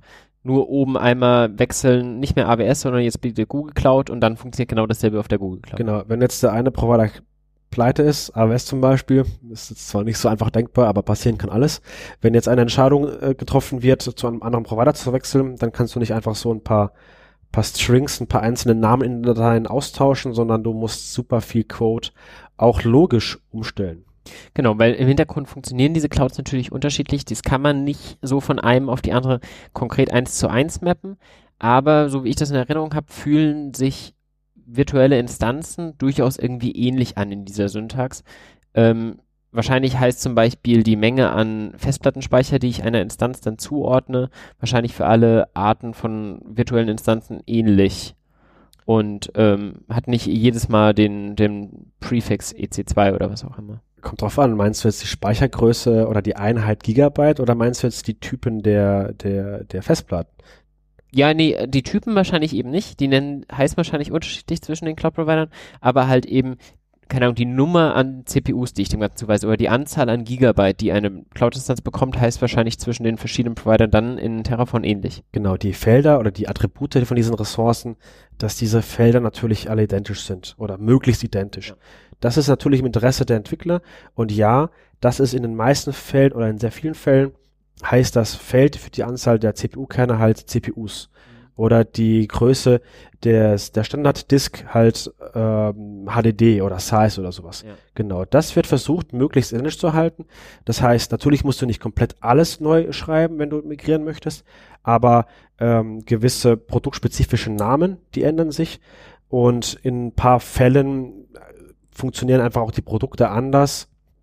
nur oben einmal wechseln, nicht mehr A W S, sondern jetzt bitte Google Cloud und dann funktioniert genau dasselbe auf der Google Cloud. Genau, wenn jetzt der eine Provider pleite ist, A W S zum Beispiel, ist jetzt zwar nicht so einfach denkbar, aber passieren kann alles. Wenn jetzt eine Entscheidung äh, getroffen wird, zu einem anderen Provider zu wechseln, dann kannst du nicht einfach so ein paar, paar Strings, ein paar einzelne Namen in den Dateien austauschen, sondern du musst super viel Code auch logisch umstellen. Genau, weil im Hintergrund funktionieren diese Clouds natürlich unterschiedlich. Das kann man nicht so von einem auf die andere konkret eins zu eins mappen. Aber so wie ich das in Erinnerung habe, fühlen sich virtuelle Instanzen durchaus irgendwie ähnlich an in dieser Syntax. Ähm, wahrscheinlich heißt zum Beispiel die Menge an Festplattenspeicher, die ich einer Instanz dann zuordne, wahrscheinlich für alle Arten von virtuellen Instanzen ähnlich. Und ähm, hat nicht jedes Mal den, den Prefix E C zwei oder was auch immer. Kommt drauf an, meinst du jetzt die Speichergröße oder die Einheit Gigabyte oder meinst du jetzt die Typen der, der, der Festplatten? Ja, nee, die Typen wahrscheinlich eben nicht. Die nennen, heißt wahrscheinlich unterschiedlich zwischen den Cloud-Providern, aber halt eben, keine Ahnung, die Nummer an C P Us, die ich dem Ganzen zuweise, oder die Anzahl an Gigabyte, die eine Cloud-Instanz bekommt, heißt wahrscheinlich zwischen den verschiedenen Providern dann in Terraform ähnlich. Genau, die Felder oder die Attribute von diesen Ressourcen, dass diese Felder natürlich alle identisch sind oder möglichst identisch. Ja. Das ist natürlich im Interesse der Entwickler und ja, das ist in den meisten Fällen oder in sehr vielen Fällen heißt das Feld für die Anzahl der C P U-Kerne halt C P Us mhm. oder die Größe des, der Standard-Disk halt ähm, H D D oder Size oder sowas. Ja. Genau, das wird versucht, möglichst identisch zu halten. Das heißt, natürlich musst du nicht komplett alles neu schreiben, wenn du migrieren möchtest, aber ähm, gewisse produktspezifische Namen, die ändern sich und in ein paar Fällen funktionieren einfach auch die Produkte anders.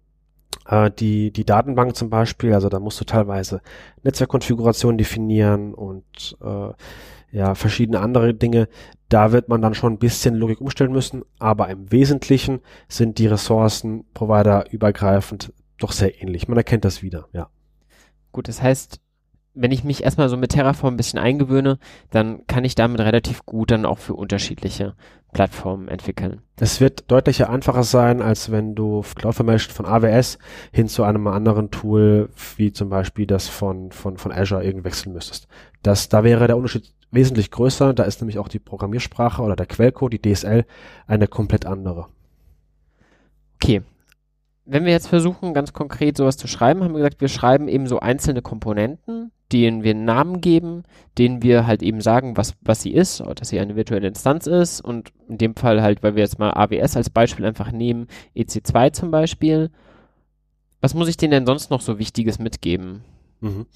Die, die Datenbank zum Beispiel, also da musst du teilweise Netzwerkkonfigurationen definieren und äh, ja, verschiedene andere Dinge. Da wird man dann schon ein bisschen Logik umstellen müssen, aber im Wesentlichen sind die Ressourcen providerübergreifend doch sehr ähnlich. Man erkennt das wieder, ja. Gut, das heißt, wenn ich mich erstmal so mit Terraform ein bisschen eingewöhne, dann kann ich damit relativ gut dann auch für unterschiedliche Plattformen entwickeln. Es wird deutlich einfacher sein, als wenn du CloudFormation von A W S hin zu einem anderen Tool, wie zum Beispiel das von, von, von Azure irgendwie wechseln müsstest. Das, da wäre der Unterschied wesentlich größer. Da ist nämlich auch die Programmiersprache oder der Quellcode, die D S L, eine komplett andere. Okay. Wenn wir jetzt versuchen, ganz konkret sowas zu schreiben, haben wir gesagt, wir schreiben eben so einzelne Komponenten, denen wir einen Namen geben, denen wir halt eben sagen, was, was sie ist, dass sie eine virtuelle Instanz ist und in dem Fall halt, weil wir jetzt mal A W S als Beispiel einfach nehmen, E C zwei zum Beispiel. Was muss ich denen denn sonst noch so Wichtiges mitgeben? Mhm.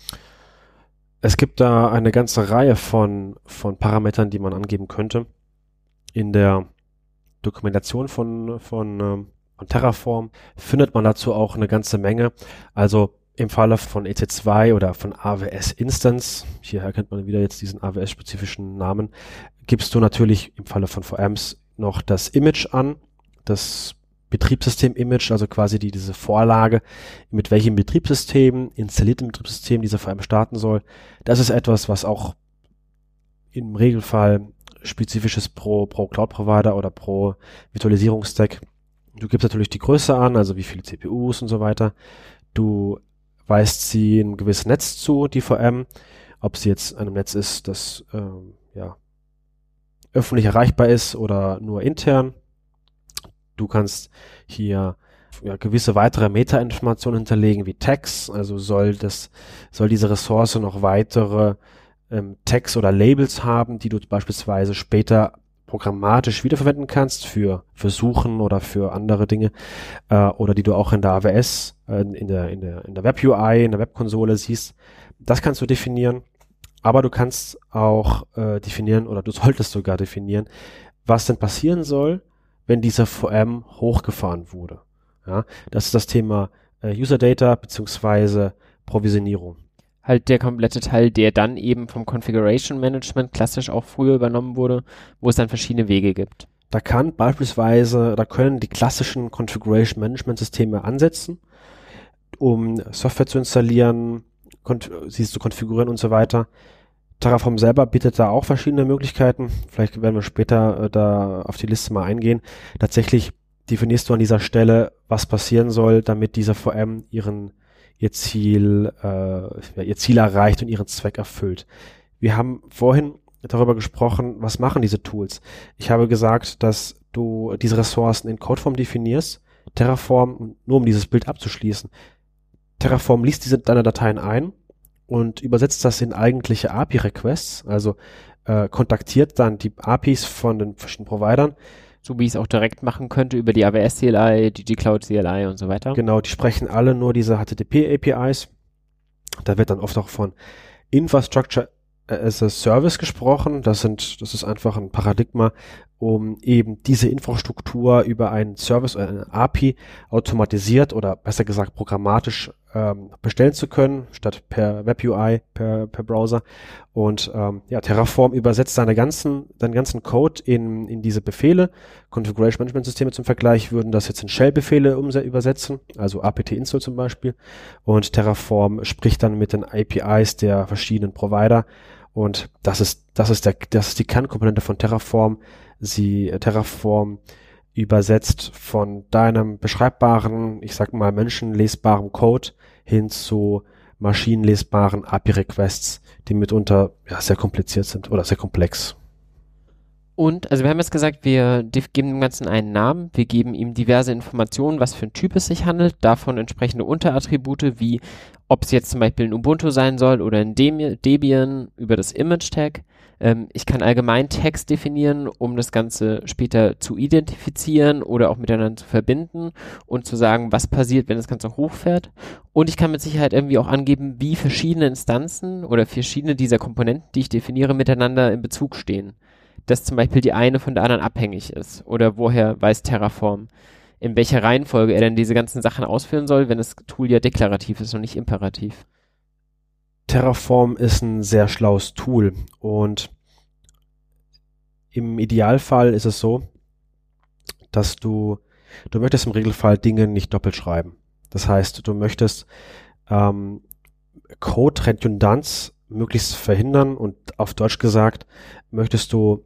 Es gibt da eine ganze Reihe von, von Parametern, die man angeben könnte. In der Dokumentation von, von, von Terraform findet man dazu auch eine ganze Menge. Also im Falle von E C zwei oder von A W S Instance, hierher kennt man wieder jetzt diesen A W S-spezifischen Namen, gibst du natürlich im Falle von V Ms noch das Image an, das Betriebssystem-Image, also quasi die, diese Vorlage, mit welchem Betriebssystem, installiertem Betriebssystem dieser V M starten soll. Das ist etwas, was auch im Regelfall spezifisch ist pro, pro Cloud-Provider oder pro Virtualisierungsstack. Du gibst natürlich die Größe an, also wie viele C P Us und so weiter. Du weist sie ein gewisses Netz zu, die V M, ob sie jetzt einem Netz ist, das ähm, ja öffentlich erreichbar ist oder nur intern. Du kannst hier ja, gewisse weitere Metainformationen hinterlegen, wie Tags, also soll das, soll diese Ressource noch weitere ähm, Tags oder Labels haben, die du beispielsweise später programmatisch wiederverwenden kannst für, für Suchen oder für andere Dinge, äh, oder die du auch in der A W S, äh, in der, in der, in der Web-U I, in der Webkonsole siehst. Das kannst du definieren, aber du kannst auch äh, definieren, oder du solltest sogar definieren, was denn passieren soll, wenn dieser V M hochgefahren wurde. Ja, das ist das Thema äh, User Data beziehungsweise Provisionierung. Halt der komplette Teil, der dann eben vom Configuration Management klassisch auch früher übernommen wurde, wo es dann verschiedene Wege gibt. Da kann beispielsweise, da können die klassischen Configuration Management Systeme ansetzen, um Software zu installieren, sie zu konfigurieren und so weiter. Terraform selber bietet da auch verschiedene Möglichkeiten. Vielleicht werden wir später äh, da auf die Liste mal eingehen. Tatsächlich definierst du an dieser Stelle, was passieren soll, damit dieser V M ihren ihr Ziel, äh, ihr Ziel erreicht und ihren Zweck erfüllt. wir haben vorhin darüber gesprochen, was machen diese Tools. Ich habe gesagt, dass du diese Ressourcen in Codeform definierst, Terraform, nur um dieses Bild abzuschließen, Terraform liest diese deine Dateien ein und übersetzt das in eigentliche A P I-Requests, also äh, kontaktiert dann die A P Is von den verschiedenen Providern. So wie ich es auch direkt machen könnte über die A W S C L I, die G-Cloud C L I und so weiter. Genau, die sprechen alle nur diese H T T P A P Is. Da wird dann oft auch von Infrastructure as a Service gesprochen. Das sind, das ist einfach ein Paradigma, um eben diese Infrastruktur über einen Service oder eine A P I automatisiert oder besser gesagt programmatisch ähm, bestellen zu können, statt per Web U I, per, per Browser. Und ähm, ja, Terraform übersetzt seine ganzen, seinen ganzen Code in, in diese Befehle. Configuration Management Systeme zum Vergleich würden das jetzt in Shell-Befehle umse- übersetzen, also apt-install zum Beispiel. Und Terraform spricht dann mit den A P Is der verschiedenen Provider. Und das ist, das ist der, das ist die Kernkomponente von Terraform. Sie, äh, Terraform übersetzt von deinem beschreibbaren, ich sag mal menschenlesbaren Code hin zu maschinenlesbaren A P I-Requests, die mitunter ja, sehr kompliziert sind oder sehr komplex. Und, also wir haben jetzt gesagt, wir geben dem Ganzen einen Namen, wir geben ihm diverse Informationen, was für ein Typ es sich handelt, davon entsprechende Unterattribute, wie ob es jetzt zum Beispiel ein Ubuntu sein soll oder ein Debian über das Image-Tag. Ähm, ich kann allgemein Tags definieren, um das Ganze später zu identifizieren oder auch miteinander zu verbinden und zu sagen, was passiert, wenn das Ganze hochfährt. Und ich kann mit Sicherheit irgendwie auch angeben, wie verschiedene Instanzen oder verschiedene dieser Komponenten, die ich definiere, miteinander in Bezug stehen. Dass zum Beispiel die eine von der anderen abhängig ist. Oder woher weiß Terraform, in welcher Reihenfolge er denn diese ganzen Sachen ausführen soll, wenn das Tool ja deklarativ ist und nicht imperativ. Terraform ist ein sehr schlaues Tool und im Idealfall ist es so, dass du, du möchtest im Regelfall Dinge nicht doppelt schreiben. Das heißt, du möchtest ähm, Code-Redundanz möglichst verhindern und auf Deutsch gesagt, möchtest du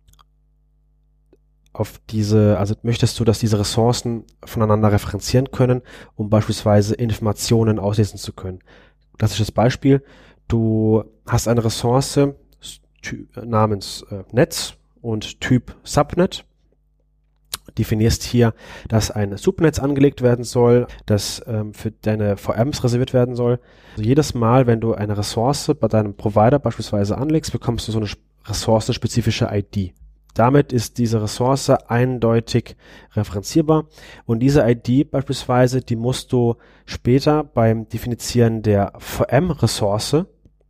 auf diese, also möchtest du, dass diese Ressourcen voneinander referenzieren können, um beispielsweise Informationen auslesen zu können. Klassisches Beispiel, du hast eine Ressource ty- namens äh, Netz und Typ Subnet, definierst hier, dass ein Subnetz angelegt werden soll, das ähm, für deine V Ms reserviert werden soll. Also jedes Mal, wenn du eine Ressource bei deinem Provider beispielsweise anlegst, bekommst du so eine ressourcenspezifische I D. Damit ist diese Ressource eindeutig referenzierbar und diese I D beispielsweise, die musst du später beim Definieren der V M-Ressource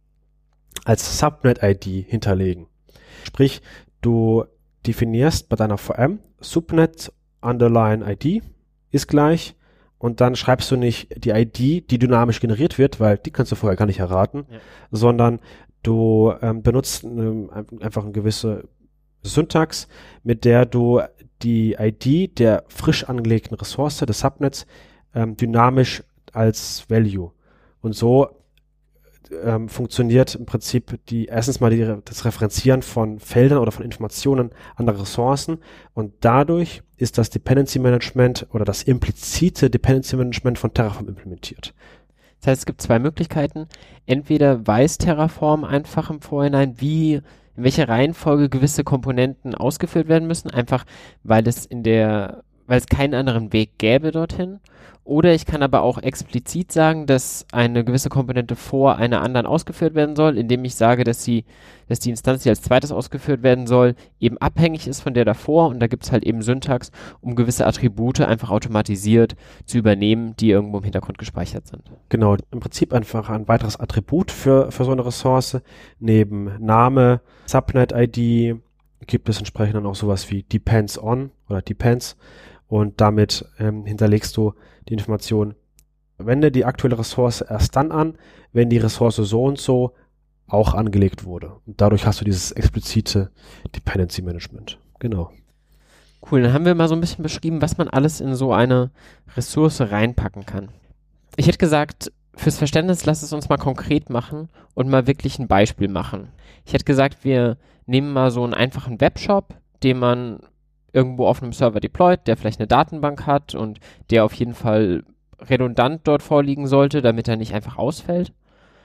als Subnet-I D hinterlegen. Sprich, du definierst bei deiner V M Subnet underline I D ist gleich und dann schreibst du nicht die I D, die dynamisch generiert wird, weil die kannst du vorher gar nicht erraten, ja. sondern du ähm, benutzt ähm, einfach eine gewisse Syntax, mit der du die I D der frisch angelegten Ressource des Subnets ähm, dynamisch als Value. Und so ähm, funktioniert im Prinzip die erstens mal die, das Referenzieren von Feldern oder von Informationen anderer Ressourcen und dadurch ist das Dependency Management oder das implizite Dependency Management von Terraform implementiert. Das heißt, es gibt zwei Möglichkeiten. Entweder weiß Terraform einfach im Vorhinein, wie in welcher Reihenfolge gewisse Komponenten ausgeführt werden müssen, einfach weil es in der, weil es keinen anderen Weg gäbe dorthin. Oder ich kann aber auch explizit sagen, dass eine gewisse Komponente vor einer anderen ausgeführt werden soll, indem ich sage, dass sie, dass die Instanz, die als zweites ausgeführt werden soll, eben abhängig ist von der davor und da gibt es halt eben Syntax, um gewisse Attribute einfach automatisiert zu übernehmen, die irgendwo im Hintergrund gespeichert sind. Genau, im Prinzip einfach ein weiteres Attribut für, für so eine Ressource. Neben Name, Subnet-I D gibt es entsprechend dann auch sowas wie Depends on oder Depends und damit ähm, hinterlegst du die Information, wende die aktuelle Ressource erst dann an, wenn die Ressource so und so auch angelegt wurde. Und dadurch hast du dieses explizite Dependency Management. Genau. Cool, dann haben wir mal so ein bisschen beschrieben, was man alles in so eine Ressource reinpacken kann. Ich hätte gesagt, fürs Verständnis, lass es uns mal konkret machen und mal wirklich ein Beispiel machen. Ich hätte gesagt, wir nehmen mal so einen einfachen Webshop, den man irgendwo auf einem Server deployt, der vielleicht eine Datenbank hat und der auf jeden Fall redundant dort vorliegen sollte, damit er nicht einfach ausfällt.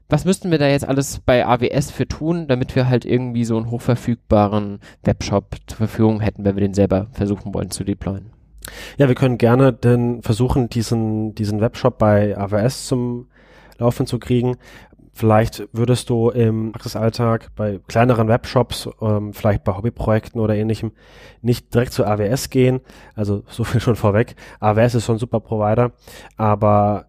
Was müssten wir da jetzt alles bei A W S für tun, damit wir halt irgendwie so einen hochverfügbaren Webshop zur Verfügung hätten, wenn wir den selber versuchen wollen zu deployen? Ja, wir können gerne denn versuchen, diesen, diesen Webshop bei A W S zum Laufen zu kriegen. Vielleicht würdest du im Praxisalltag bei kleineren Webshops, ähm, vielleicht bei Hobbyprojekten oder ähnlichem, nicht direkt zu A W S gehen. Also so viel schon vorweg. A W S ist schon ein super Provider, aber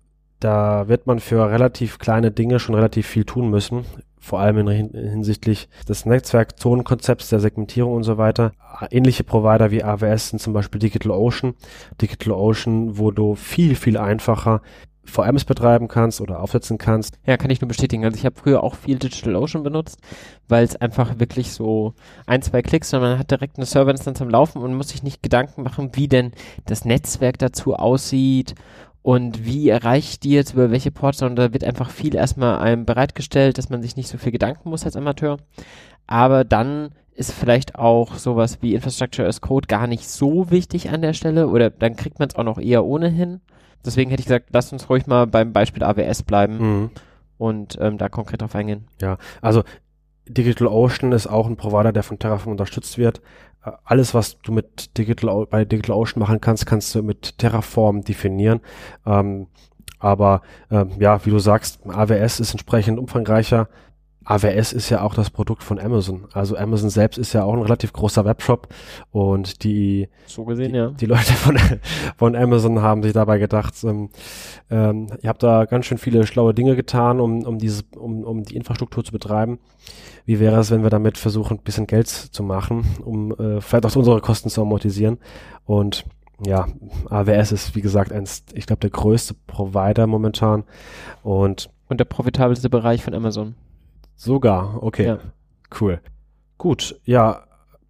da wird man für relativ kleine Dinge schon relativ viel tun müssen, vor allem in hin- hinsichtlich des Netzwerkzonenkonzepts, der Segmentierung und so weiter. Ähnliche Provider wie A W S sind zum Beispiel DigitalOcean. DigitalOcean, wo du viel, viel einfacher V Ms betreiben kannst oder aufsetzen kannst. Ja, kann ich nur bestätigen. Also ich habe früher auch viel DigitalOcean benutzt, weil es einfach wirklich so ein, zwei Klicks, sondern man hat direkt eine Serverinstanz am Laufen und muss sich nicht Gedanken machen, wie denn das Netzwerk dazu aussieht und wie erreicht die jetzt über welche Ports, sondern da wird einfach viel erstmal einem bereitgestellt, dass man sich nicht so viel Gedanken muss als Amateur. Aber dann ist vielleicht auch sowas wie Infrastructure as Code gar nicht so wichtig an der Stelle oder dann kriegt man es auch noch eher ohnehin. Deswegen hätte ich gesagt, lasst uns ruhig mal beim Beispiel A W S bleiben Mhm. und ähm, da konkret drauf eingehen. Ja, also DigitalOcean ist auch ein Provider, der von Terraform unterstützt wird. Äh, Alles, was du mit Digital, bei DigitalOcean machen kannst, kannst du mit Terraform definieren. Ähm, aber ähm, ja, wie du sagst, A W S ist entsprechend umfangreicher. A W S ist ja auch das Produkt von Amazon. Also Amazon selbst ist ja auch ein relativ großer Webshop und die So gesehen, die, ja. die Leute von, von Amazon haben sich dabei gedacht, ähm, ähm, ihr habt da ganz schön viele schlaue Dinge getan, um, um, dieses, um, um die Infrastruktur zu betreiben. Wie wäre es, wenn wir damit versuchen, ein bisschen Geld zu machen, um äh, vielleicht auch unsere Kosten zu amortisieren? Und ja, A W S ist, wie gesagt, eins, ich glaube, der größte Provider momentan. Und Und der profitabelste Bereich von Amazon. sogar, okay, Ja. cool. Gut, ja,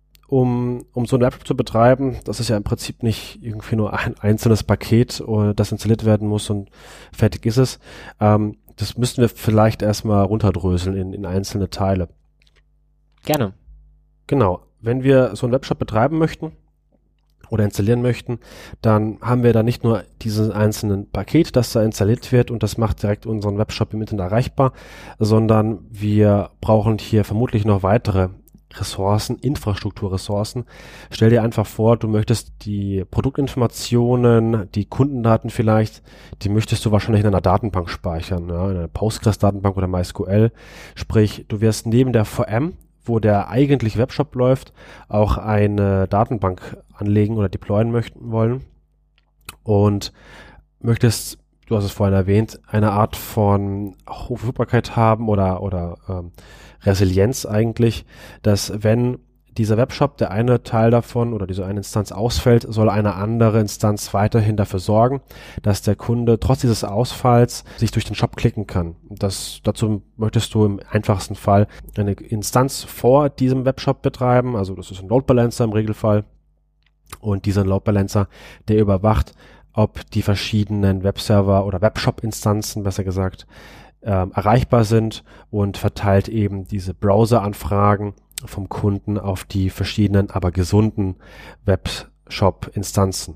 um, um so ein Webshop zu betreiben, das ist ja im Prinzip nicht irgendwie nur ein einzelnes Paket, oder das installiert werden muss und fertig ist es. Ähm, das müssten wir vielleicht erstmal runterdröseln in, in einzelne Teile. Gerne. Genau, wenn wir so einen Webshop betreiben möchten oder installieren möchten, dann haben wir da nicht nur dieses einzelne Paket, das da installiert wird und das macht direkt unseren Webshop im Internet erreichbar, sondern wir brauchen hier vermutlich noch weitere Ressourcen, Infrastrukturressourcen. Stell dir einfach vor, du möchtest die Produktinformationen, die Kundendaten vielleicht, die möchtest du wahrscheinlich in einer Datenbank speichern, ja, in einer Postgres-Datenbank oder MySQL. Sprich, du wirst neben der V M, wo der eigentliche Webshop läuft, auch eine Datenbank anlegen oder deployen möchten wollen und möchtest, du hast es vorhin erwähnt, eine Art von Hochverfügbarkeit haben oder, oder ähm, Resilienz eigentlich, dass wenn dieser Webshop, der eine Teil davon oder diese eine Instanz ausfällt, soll eine andere Instanz weiterhin dafür sorgen, dass der Kunde trotz dieses Ausfalls sich durch den Shop klicken kann. Das, dazu möchtest du im einfachsten Fall eine Instanz vor diesem Webshop betreiben, also das ist ein Load Balancer im Regelfall und dieser Load Balancer, der überwacht, ob die verschiedenen Webserver oder Webshop-Instanzen, besser gesagt, ähm, erreichbar sind und verteilt eben diese Browser-Anfragen vom Kunden auf die verschiedenen, aber gesunden Webshop-Instanzen.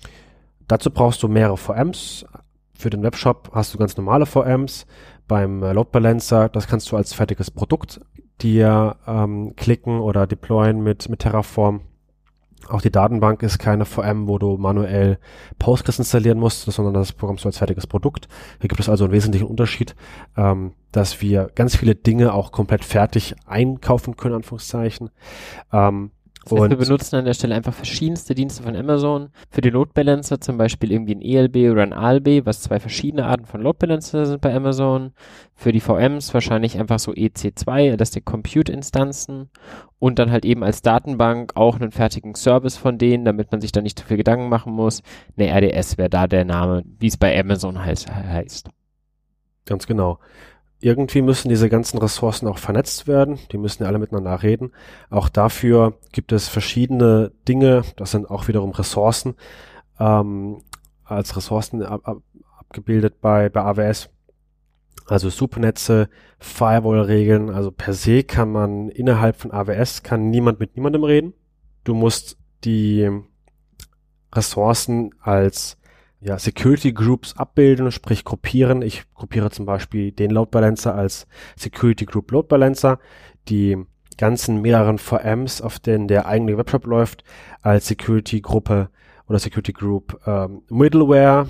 Dazu brauchst du mehrere V Ms. Für den Webshop hast du ganz normale V Ms. Beim Load Balancer, das kannst du als fertiges Produkt dir ähm, klicken oder deployen mit, mit Terraform. Auch die Datenbank ist keine V M, wo du manuell Postgres installieren musst, sondern das bekommst du als fertiges Produkt. Hier gibt es also einen wesentlichen Unterschied, ähm, dass wir ganz viele Dinge auch komplett fertig einkaufen können, Anführungszeichen. Ähm, Das heißt, und wir benutzen an der Stelle einfach verschiedenste Dienste von Amazon. Für die Load Balancer zum Beispiel irgendwie ein E L B oder ein A L B, was zwei verschiedene Arten von Load Balancer sind bei Amazon. Für die V Ms wahrscheinlich einfach so E C zwei, das sind Compute-Instanzen. Und dann halt eben als Datenbank auch einen fertigen Service von denen, damit man sich da nicht zu viel Gedanken machen muss. Eine R D S wäre da der Name, wie es bei Amazon halt heißt. Ganz genau. Irgendwie müssen diese ganzen Ressourcen auch vernetzt werden. Die müssen ja alle miteinander reden. Auch dafür gibt es verschiedene Dinge. Das sind auch wiederum Ressourcen, ähm, als Ressourcen ab, ab, abgebildet bei, bei A W S. Also Supernetze, Firewall-Regeln. Also per se kann man innerhalb von A W S kann niemand mit niemandem reden. Du musst die Ressourcen als ja, Security Groups abbilden, sprich gruppieren. Ich gruppiere zum Beispiel den Load Balancer als Security Group Load Balancer, die ganzen mehreren V Ms, auf denen der eigene Webshop läuft, als Security Gruppe oder Security Group ähm, Middleware,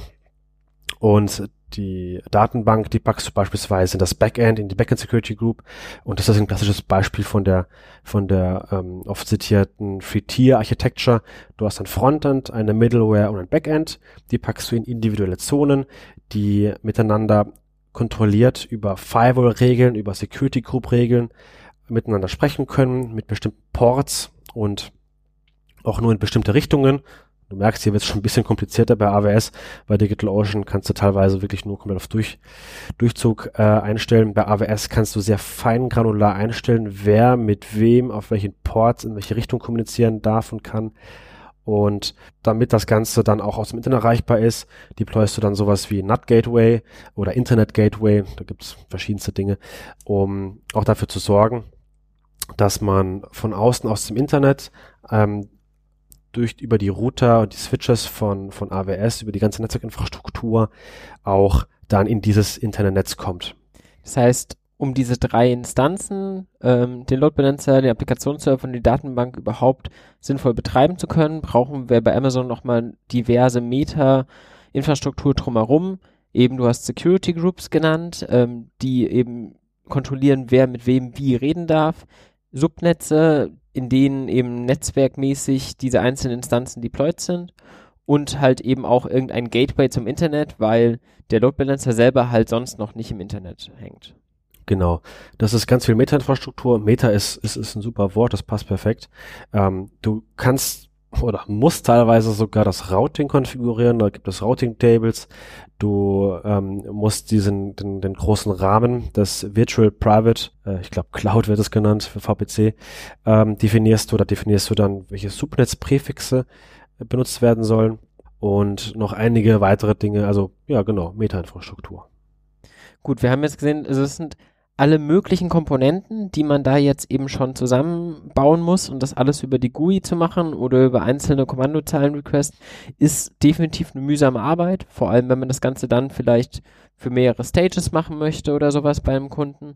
und die Datenbank, die packst du beispielsweise in das Backend, in die Backend Security Group, und das ist ein klassisches Beispiel von der von der ähm, oft zitierten Three-Tier Architecture. Du hast ein Frontend, eine Middleware und ein Backend, die packst du in individuelle Zonen, die miteinander kontrolliert über Firewall-Regeln, über Security Group-Regeln miteinander sprechen können, mit bestimmten Ports und auch nur in bestimmte Richtungen. Du merkst, hier wird es schon ein bisschen komplizierter bei A W S. Bei DigitalOcean kannst du teilweise wirklich nur komplett auf Durch, Durchzug äh, einstellen. Bei A W S kannst du sehr fein granular einstellen, wer mit wem auf welchen Ports in welche Richtung kommunizieren darf und kann. Und damit das Ganze dann auch aus dem Internet erreichbar ist, deployst du dann sowas wie N A T Gateway oder Internet Gateway. Da gibt es verschiedenste Dinge, um auch dafür zu sorgen, dass man von außen aus dem Internet ähm, durch über die Router und die Switches von von A W S, über die ganze Netzwerkinfrastruktur auch dann in dieses Internetnetz kommt. Das heißt, um diese drei Instanzen, ähm, den Load Balancer, den Applikationsserver und die Datenbank überhaupt sinnvoll betreiben zu können, brauchen wir bei Amazon nochmal diverse Meta-Infrastruktur drumherum. Eben, du hast Security Groups genannt, ähm, die eben kontrollieren, wer mit wem wie reden darf. Subnetze, in denen eben netzwerkmäßig diese einzelnen Instanzen deployed sind, und halt eben auch irgendein Gateway zum Internet, weil der Load Balancer selber halt sonst noch nicht im Internet hängt. Genau, das ist ganz viel Meta-Infrastruktur. Meta ist, ist, ist ein super Wort, das passt perfekt. Ähm, du kannst oder musst teilweise sogar das Routing konfigurieren, da gibt es Routing-Tables. Du ähm, musst diesen den, den großen Rahmen des Virtual Private, äh, ich glaube Cloud wird es genannt für V P C, ähm, definierst du, da definierst du dann, welche Subnetzpräfixe äh, benutzt werden sollen und noch einige weitere Dinge, also ja genau, Meta-Infrastruktur. Gut, wir haben jetzt gesehen, also es sind alle möglichen Komponenten, die man da jetzt eben schon zusammenbauen muss, und das alles über die G U I zu machen oder über einzelne Kommandozeilen-Requests ist definitiv eine mühsame Arbeit, vor allem wenn man das Ganze dann vielleicht für mehrere Stages machen möchte oder sowas bei einem Kunden,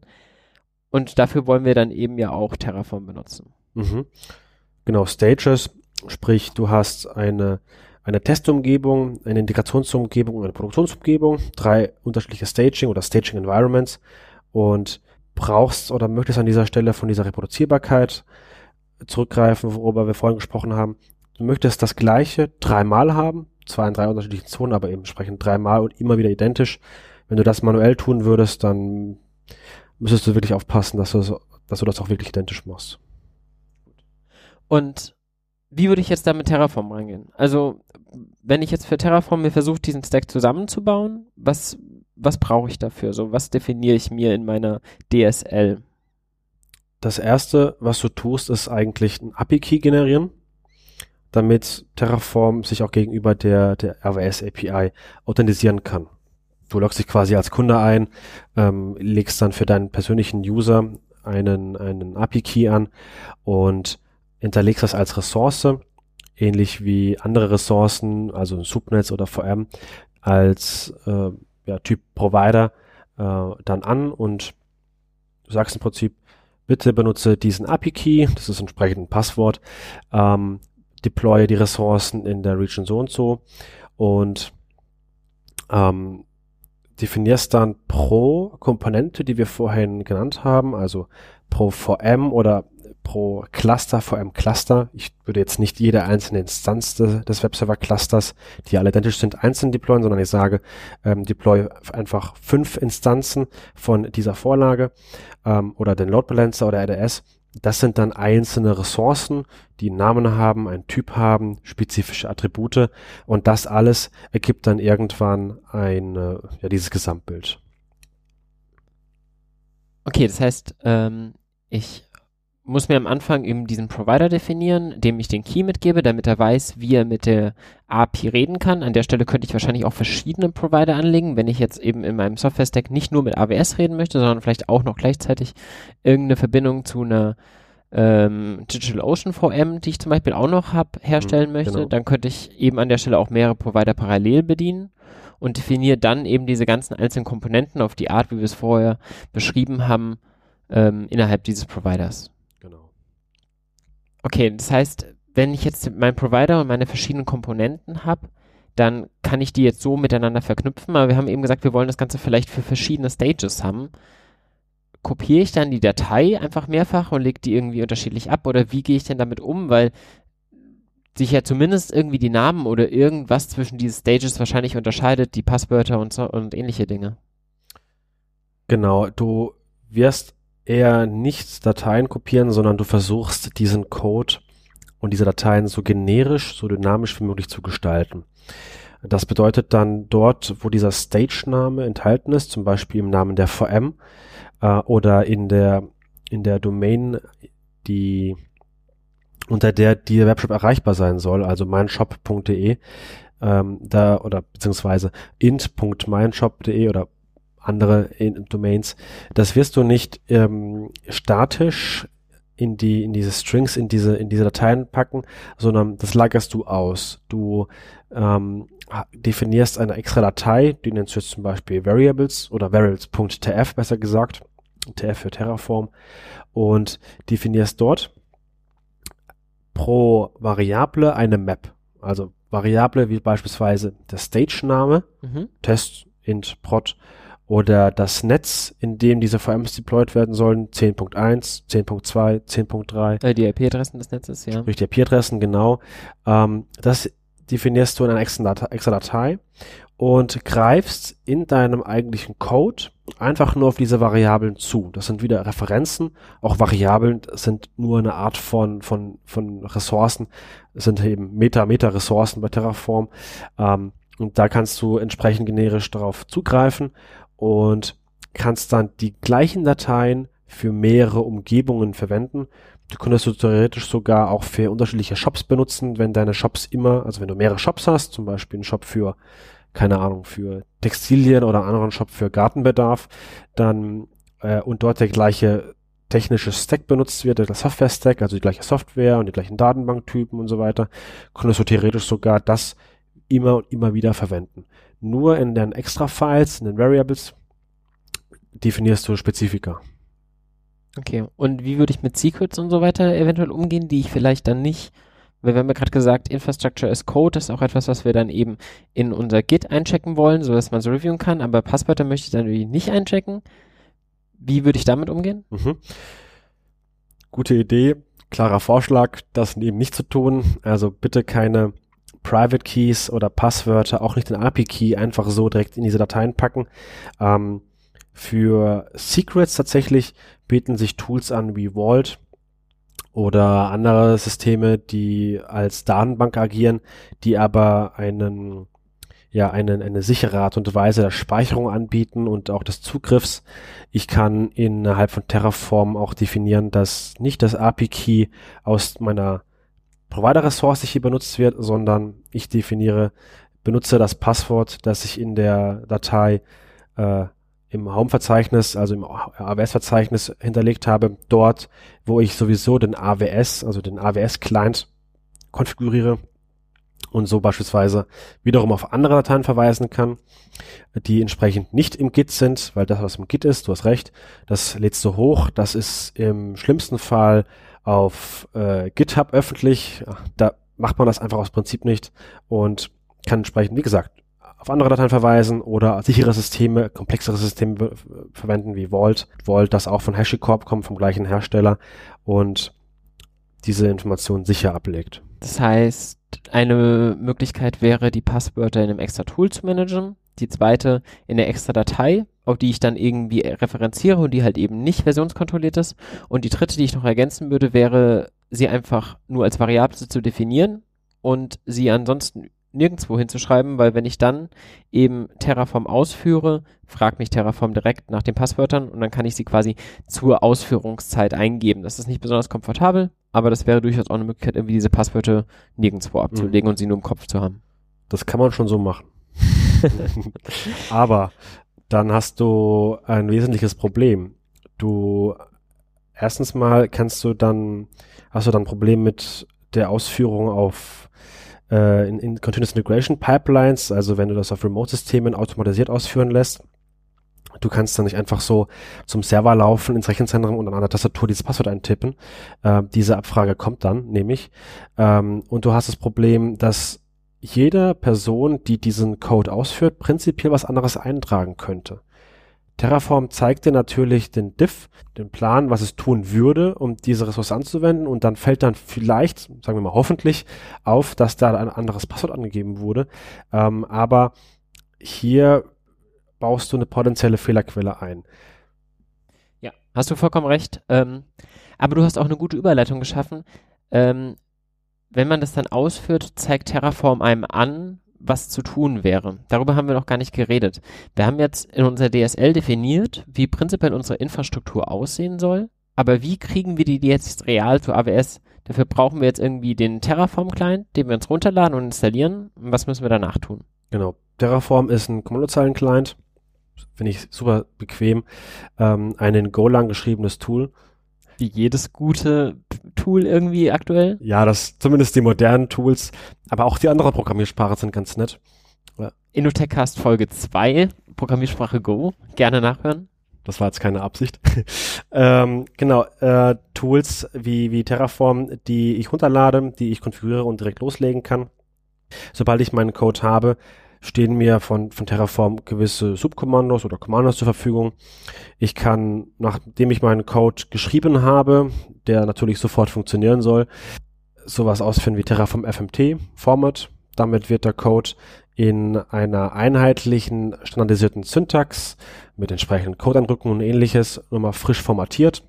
und dafür wollen wir dann eben ja auch Terraform benutzen. Mhm. Genau, Stages, sprich du hast eine eine Testumgebung, eine Integrationsumgebung und eine Produktionsumgebung, drei unterschiedliche Staging oder Staging Environments, und brauchst oder möchtest an dieser Stelle von dieser Reproduzierbarkeit zurückgreifen, worüber wir vorhin gesprochen haben. Du möchtest das Gleiche dreimal haben, zwar in drei unterschiedlichen Zonen, aber eben entsprechend dreimal und immer wieder identisch. Wenn du das manuell tun würdest, dann müsstest du wirklich aufpassen, dass du, dass du das auch wirklich identisch machst. Und wie würde ich jetzt da mit Terraform reingehen? Also, wenn ich jetzt für Terraform mir versuche, diesen Stack zusammenzubauen, was, was brauche ich dafür? So, was definiere ich mir in meiner D S L? Das erste, was du tust, ist eigentlich ein A P I-Key generieren, damit Terraform sich auch gegenüber der, der R W S A P I authentisieren kann. Du loggst dich quasi als Kunde ein, ähm, legst dann für deinen persönlichen User einen, einen A P I-Key an und hinterlegst das als Ressource, ähnlich wie andere Ressourcen, also ein Subnetz oder V M, als äh, ja, Typ Provider äh, dann an, und du sagst im Prinzip, bitte benutze diesen A P I-Key, das ist entsprechend ein Passwort, ähm, deploye die Ressourcen in der Region so und so, und ähm, definierst dann pro Komponente, die wir vorhin genannt haben, also pro V M oder pro Cluster, V M-Cluster. Ich würde jetzt nicht jede einzelne Instanz de, des Webserver-Clusters, die alle identisch sind, einzeln deployen, sondern ich sage, ähm, deploy einfach fünf Instanzen von dieser Vorlage ähm, oder den Load Balancer oder R D S. Das sind dann einzelne Ressourcen, die einen Namen haben, einen Typ haben, spezifische Attribute, und das alles ergibt dann irgendwann ein, äh, ja, dieses Gesamtbild. Okay, das heißt, ähm, ich muss mir am Anfang eben diesen Provider definieren, dem ich den Key mitgebe, damit er weiß, wie er mit der A P I reden kann. An der Stelle könnte ich wahrscheinlich auch verschiedene Provider anlegen, wenn ich jetzt eben in meinem Software-Stack nicht nur mit A W S reden möchte, sondern vielleicht auch noch gleichzeitig irgendeine Verbindung zu einer ähm, DigitalOcean V M, die ich zum Beispiel auch noch habe, herstellen Mhm, möchte, genau. dann könnte ich eben an der Stelle auch mehrere Provider parallel bedienen und definiere dann eben diese ganzen einzelnen Komponenten auf die Art, wie wir es vorher beschrieben haben, ähm, innerhalb dieses Providers. Genau. Okay, das heißt, wenn ich jetzt meinen Provider und meine verschiedenen Komponenten habe, dann kann ich die jetzt so miteinander verknüpfen, aber wir haben eben gesagt, wir wollen das Ganze vielleicht für verschiedene Stages haben. Kopiere ich dann die Datei einfach mehrfach und lege die irgendwie unterschiedlich ab oder wie gehe ich denn damit um, weil sich ja zumindest irgendwie die Namen oder irgendwas zwischen diesen Stages wahrscheinlich unterscheidet, die Passwörter und so und ähnliche Dinge. Genau, du wirst eher nicht Dateien kopieren, sondern du versuchst diesen Code und diese Dateien so generisch, so dynamisch wie möglich zu gestalten. Das bedeutet dann dort, wo dieser Stage-Name enthalten ist, zum Beispiel im Namen der V M äh, oder in der in der Domain, die unter der der Webshop erreichbar sein soll, also meinshop punkt de, ähm, da oder beziehungsweise int punkt meinshop punkt de oder andere in, Domains, das wirst du nicht ähm, statisch in die in diese Strings, in diese in diese Dateien packen, sondern das lagerst du aus. Du ähm, definierst eine extra Datei, die nennst du jetzt zum Beispiel Variables oder Variables.tf besser gesagt, T F für Terraform, und definierst dort pro Variable eine Map. Also Variable wie beispielsweise der Stage-Name, Mhm. Test, int, prod, oder das Netz, in dem diese V Ms deployed werden sollen, zehn Punkt eins, zehn Punkt zwei, zehn Punkt drei. Äh, die I P-Adressen des Netzes, ja. Durch die I P-Adressen, genau. Ähm, das definierst du in einer extra Datei, extra Datei und greifst in deinem eigentlichen Code einfach nur auf diese Variablen zu. Das sind wieder Referenzen. Auch Variablen sind nur eine Art von, von, von Ressourcen. Das sind eben Meta-Meta-Ressourcen bei Terraform. Ähm, und da kannst du entsprechend generisch darauf zugreifen und kannst dann die gleichen Dateien für mehrere Umgebungen verwenden. Du könntest du theoretisch sogar auch für unterschiedliche Shops benutzen, wenn deine Shops immer, also wenn du mehrere Shops hast, zum Beispiel einen Shop für, keine Ahnung, für Textilien oder einen anderen Shop für Gartenbedarf, dann äh, und dort der gleiche technische Stack benutzt wird, der Software-Stack, also die gleiche Software und die gleichen Datenbanktypen und so weiter, könntest du theoretisch sogar das immer und immer wieder verwenden. Nur in den Extra-Files, in den Variables, definierst du Spezifika. Okay, und wie würde ich mit Secrets und so weiter eventuell umgehen, die ich vielleicht dann nicht, weil wir haben ja gerade gesagt, Infrastructure as Code ist auch etwas, was wir dann eben in unser Git einchecken wollen, sodass man es reviewen kann, aber Passwörter möchte ich dann irgendwie nicht einchecken. Wie würde ich damit umgehen? Mhm. Gute Idee, klarer Vorschlag, das eben nicht zu tun. Also bitte keine Private Keys oder Passwörter, auch nicht den A P I-Key einfach so direkt in diese Dateien packen. Ähm, für Secrets tatsächlich bieten sich Tools an wie Vault oder andere Systeme, die als Datenbank agieren, die aber einen, ja, einen, eine sichere Art und Weise der Speicherung anbieten und auch des Zugriffs. Ich kann innerhalb von Terraform auch definieren, dass nicht das A P I-Key aus meiner Provider-Ressource hier benutzt wird, sondern ich definiere, benutze das Passwort, das ich in der Datei äh, im Home-Verzeichnis, also im A W S-Verzeichnis hinterlegt habe, dort, wo ich sowieso den A W S, also den A W S-Client konfiguriere und so beispielsweise wiederum auf andere Dateien verweisen kann, die entsprechend nicht im Git sind, weil das, was im Git ist, du hast recht, das lädst du hoch, das ist im schlimmsten Fall auf äh, GitHub öffentlich, da macht man das einfach aus Prinzip nicht und kann entsprechend, wie gesagt, auf andere Dateien verweisen oder sichere Systeme, komplexere Systeme be- verwenden wie Vault. Vault, das auch von HashiCorp kommt, vom gleichen Hersteller und diese Informationen sicher ablegt. Das heißt, eine Möglichkeit wäre, die Passwörter in einem extra Tool zu managen. Die zweite in der extra Datei, auf die ich dann irgendwie referenziere und die halt eben nicht versionskontrolliert ist. Und die dritte, die ich noch ergänzen würde, wäre, sie einfach nur als Variable zu definieren und sie ansonsten nirgendwo hinzuschreiben, weil wenn ich dann eben Terraform ausführe, fragt mich Terraform direkt nach den Passwörtern und dann kann ich sie quasi zur Ausführungszeit eingeben. Das ist nicht besonders komfortabel, aber das wäre durchaus auch eine Möglichkeit, irgendwie diese Passwörter nirgendwo abzulegen mhm. und sie nur im Kopf zu haben. Das kann man schon so machen. Aber dann hast du ein wesentliches Problem. Du erstens mal kannst du dann, hast du dann ein Problem mit der Ausführung auf äh, in, in Continuous Integration Pipelines, also wenn du das auf Remote-Systemen automatisiert ausführen lässt. Du kannst dann nicht einfach so zum Server laufen, ins Rechenzentrum und an einer Tastatur dieses Passwort eintippen. Äh, diese Abfrage kommt dann nämlich. Ähm, und du hast das Problem, dass jede Person, die diesen Code ausführt, prinzipiell was anderes eintragen könnte. Terraform zeigt dir natürlich den Diff, den Plan, was es tun würde, um diese Ressource anzuwenden, und dann fällt dann vielleicht, sagen wir mal hoffentlich, auf, dass da ein anderes Passwort angegeben wurde. Ähm, aber hier baust du eine potenzielle Fehlerquelle ein. Ja, hast du vollkommen recht. Ähm, aber du hast auch eine gute Überleitung geschaffen. Ähm, wenn man das dann ausführt, zeigt Terraform einem an, was zu tun wäre. Darüber haben wir noch gar nicht geredet. Wir haben jetzt in unserer D S L definiert, wie prinzipiell unsere Infrastruktur aussehen soll, aber wie kriegen wir die jetzt real zu A W S? Dafür brauchen wir jetzt irgendwie den Terraform-Client, den wir uns runterladen und installieren. Und was müssen wir danach tun? Genau. Terraform ist ein Kommandozeilen-Client. Finde ich super bequem. Ähm, ein in Golang geschriebenes Tool. Wie jedes gute Tool irgendwie aktuell? Ja, das zumindest die modernen Tools, aber auch die anderen Programmiersprachen sind ganz nett. Ja. InnoTechCast Folge zwei, Programmiersprache Go. Gerne nachhören. Das war jetzt keine Absicht. ähm, genau, äh, Tools wie, wie Terraform, die ich runterlade, die ich konfiguriere und direkt loslegen kann. Sobald ich meinen Code habe, stehen mir von, von Terraform gewisse Subkommandos oder Kommandos zur Verfügung. Ich kann, nachdem ich meinen Code geschrieben habe, der natürlich sofort funktionieren soll, sowas ausführen wie Terraform F M T Format. Damit wird der Code in einer einheitlichen, standardisierten Syntax mit entsprechenden Codeanrückungen und ähnliches nochmal frisch formatiert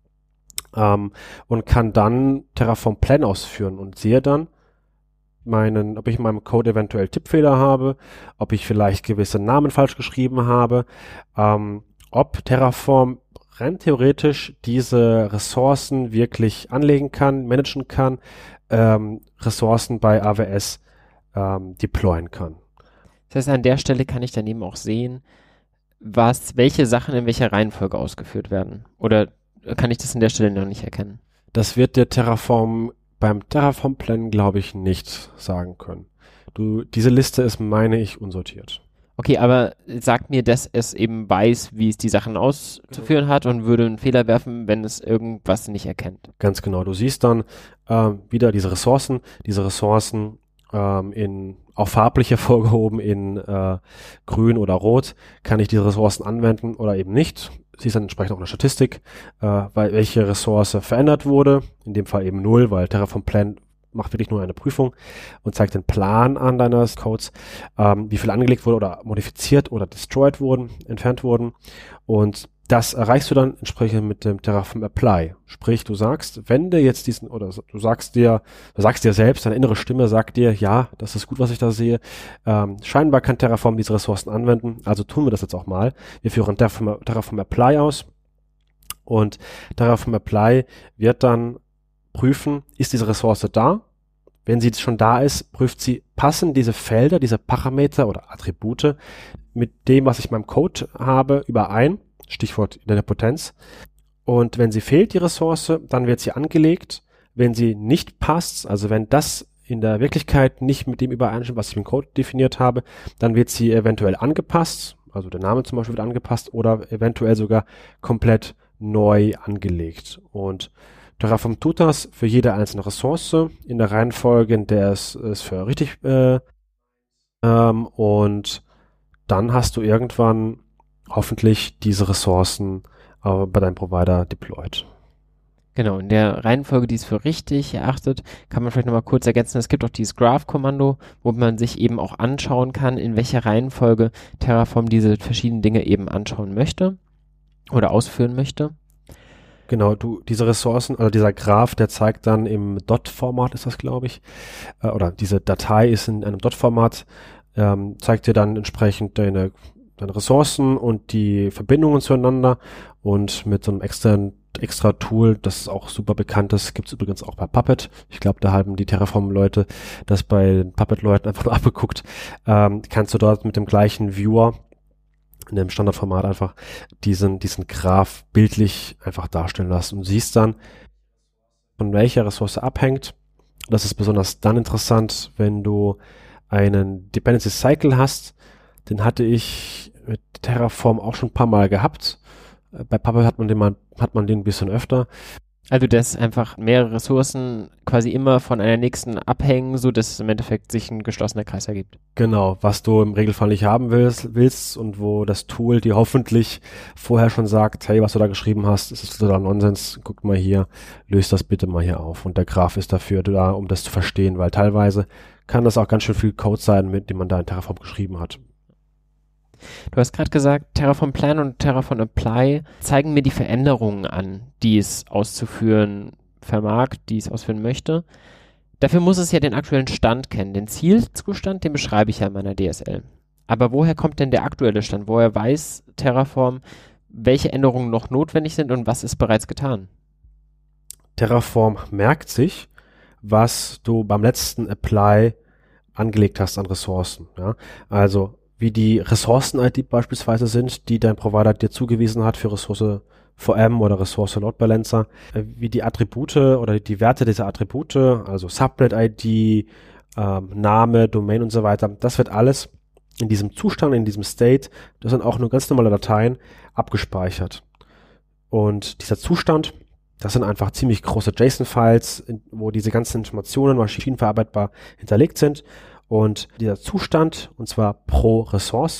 ähm, und kann dann Terraform Plan ausführen und sehe dann, meinen, ob ich in meinem Code eventuell Tippfehler habe, ob ich vielleicht gewisse Namen falsch geschrieben habe, ähm, ob Terraform rein theoretisch diese Ressourcen wirklich anlegen kann, managen kann, ähm, Ressourcen bei A W S ähm, deployen kann. Das heißt, an der Stelle kann ich dann eben auch sehen, was, welche Sachen in welcher Reihenfolge ausgeführt werden. Oder kann ich das an der Stelle noch nicht erkennen? Das wird der Terraform beim Terraform-Plan, glaube ich, nicht sagen können. Du, diese Liste ist, meine ich, unsortiert. Okay, aber sagt mir, dass es eben weiß, wie es die Sachen auszuführen hat und würde einen Fehler werfen, wenn es irgendwas nicht erkennt. Ganz genau. Du siehst dann ähm, wieder diese Ressourcen, diese Ressourcen ähm, in auch farblich hervorgehoben in äh, grün oder rot. Kann ich diese Ressourcen anwenden oder eben nicht? Siehst dann entsprechend auch eine Statistik, äh, weil welche Ressource verändert wurde. In dem Fall eben null, weil Terraform Plan macht wirklich nur eine Prüfung und zeigt den Plan an deines Codes, ähm, wie viel angelegt wurde oder modifiziert oder destroyed wurden, entfernt wurden. Und das erreichst du dann entsprechend mit dem Terraform Apply. Sprich, du sagst, wenn du jetzt diesen, oder du sagst dir, du sagst dir selbst, deine innere Stimme sagt dir, ja, das ist gut, was ich da sehe. Ähm, scheinbar kann Terraform diese Ressourcen anwenden, also tun wir das jetzt auch mal. Wir führen Terraform, Terraform Apply aus und Terraform Apply wird dann prüfen, ist diese Ressource da? Wenn sie schon da ist, prüft sie, passen diese Felder, diese Parameter oder Attribute mit dem, was ich in meinem Code habe, überein? Stichwort Idempotenz. Und wenn sie fehlt, die Ressource, dann wird sie angelegt. Wenn sie nicht passt, also wenn das in der Wirklichkeit nicht mit dem übereinstimmt, was ich im Code definiert habe, dann wird sie eventuell angepasst, also der Name zum Beispiel wird angepasst oder eventuell sogar komplett neu angelegt. Und Terraform tut das für jede einzelne Ressource in der Reihenfolge, in der es, es für richtig äh, ähm, und dann hast du irgendwann hoffentlich diese Ressourcen äh, bei deinem Provider deployed. Genau, in der Reihenfolge, die es für richtig erachtet, kann man vielleicht nochmal kurz ergänzen, es gibt auch dieses Graph-Kommando, wo man sich eben auch anschauen kann, in welcher Reihenfolge Terraform diese verschiedenen Dinge eben anschauen möchte oder ausführen möchte. Genau, du, diese Ressourcen, also dieser Graph, der zeigt dann im Dot-Format, ist das, glaube ich, äh, oder diese Datei ist in einem Dot-Format, ähm, zeigt dir dann entsprechend deine deine Ressourcen und die Verbindungen zueinander und mit so einem externen extra Tool, das auch super bekannt ist, gibt es übrigens auch bei Puppet. Ich glaube, da haben die Terraform-Leute das bei den Puppet-Leuten einfach nur abgeguckt. Ähm, kannst du dort mit dem gleichen Viewer in dem Standardformat einfach diesen, diesen Graph bildlich einfach darstellen lassen und siehst dann, von welcher Ressource abhängt. Das ist besonders dann interessant, wenn du einen Dependency Cycle hast. Den hatte ich mit Terraform auch schon ein paar Mal gehabt. Bei Puppet hat man den mal, hat man den ein bisschen öfter. Also, dass einfach mehrere Ressourcen quasi immer von einer nächsten abhängen, so dass im Endeffekt sich ein geschlossener Kreis ergibt. Genau, was du im Regelfall nicht haben willst, willst und wo das Tool dir hoffentlich vorher schon sagt, hey, was du da geschrieben hast, das ist totaler Nonsens, guck mal hier, löst das bitte mal hier auf. Und der Graph ist dafür da, um das zu verstehen, weil teilweise kann das auch ganz schön viel Code sein, mit dem man da in Terraform geschrieben hat. Du hast gerade gesagt, Terraform Plan und Terraform Apply zeigen mir die Veränderungen an, die es auszuführen vermag, die es ausführen möchte. Dafür muss es ja den aktuellen Stand kennen. Den Zielzustand, den beschreibe ich ja in meiner D S L. Aber woher kommt denn der aktuelle Stand? Woher weiß Terraform, welche Änderungen noch notwendig sind und was ist bereits getan? Terraform merkt sich, was du beim letzten Apply angelegt hast an Ressourcen. Ja? Also wie die Ressourcen-I D beispielsweise sind, die dein Provider dir zugewiesen hat für Ressource V M oder Ressource Load Balancer, wie die Attribute oder die Werte dieser Attribute, also Subnet-I D, ähm, Name, Domain und so weiter, das wird alles in diesem Zustand, in diesem State, das sind auch nur ganz normale Dateien, abgespeichert. Und dieser Zustand, das sind einfach ziemlich große JSON-Files, wo diese ganzen Informationen maschinenverarbeitbar hinterlegt sind. Und dieser Zustand, und zwar pro Ressource,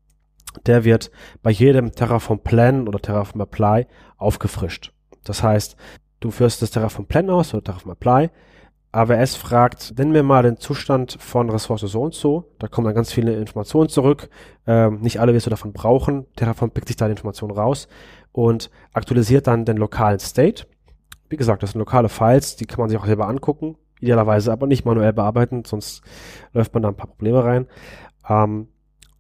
der wird bei jedem Terraform Plan oder Terraform Apply aufgefrischt. Das heißt, du führst das Terraform Plan aus oder Terraform Apply, A W S fragt, nenn mir mal den Zustand von Ressource so und so, da kommen dann ganz viele Informationen zurück, ähm, nicht alle wirst du davon brauchen, Terraform pickt sich da die Informationen raus und aktualisiert dann den lokalen State. Wie gesagt, das sind lokale Files, die kann man sich auch selber angucken, idealerweise aber nicht manuell bearbeiten, sonst läuft man da ein paar Probleme rein. Ähm,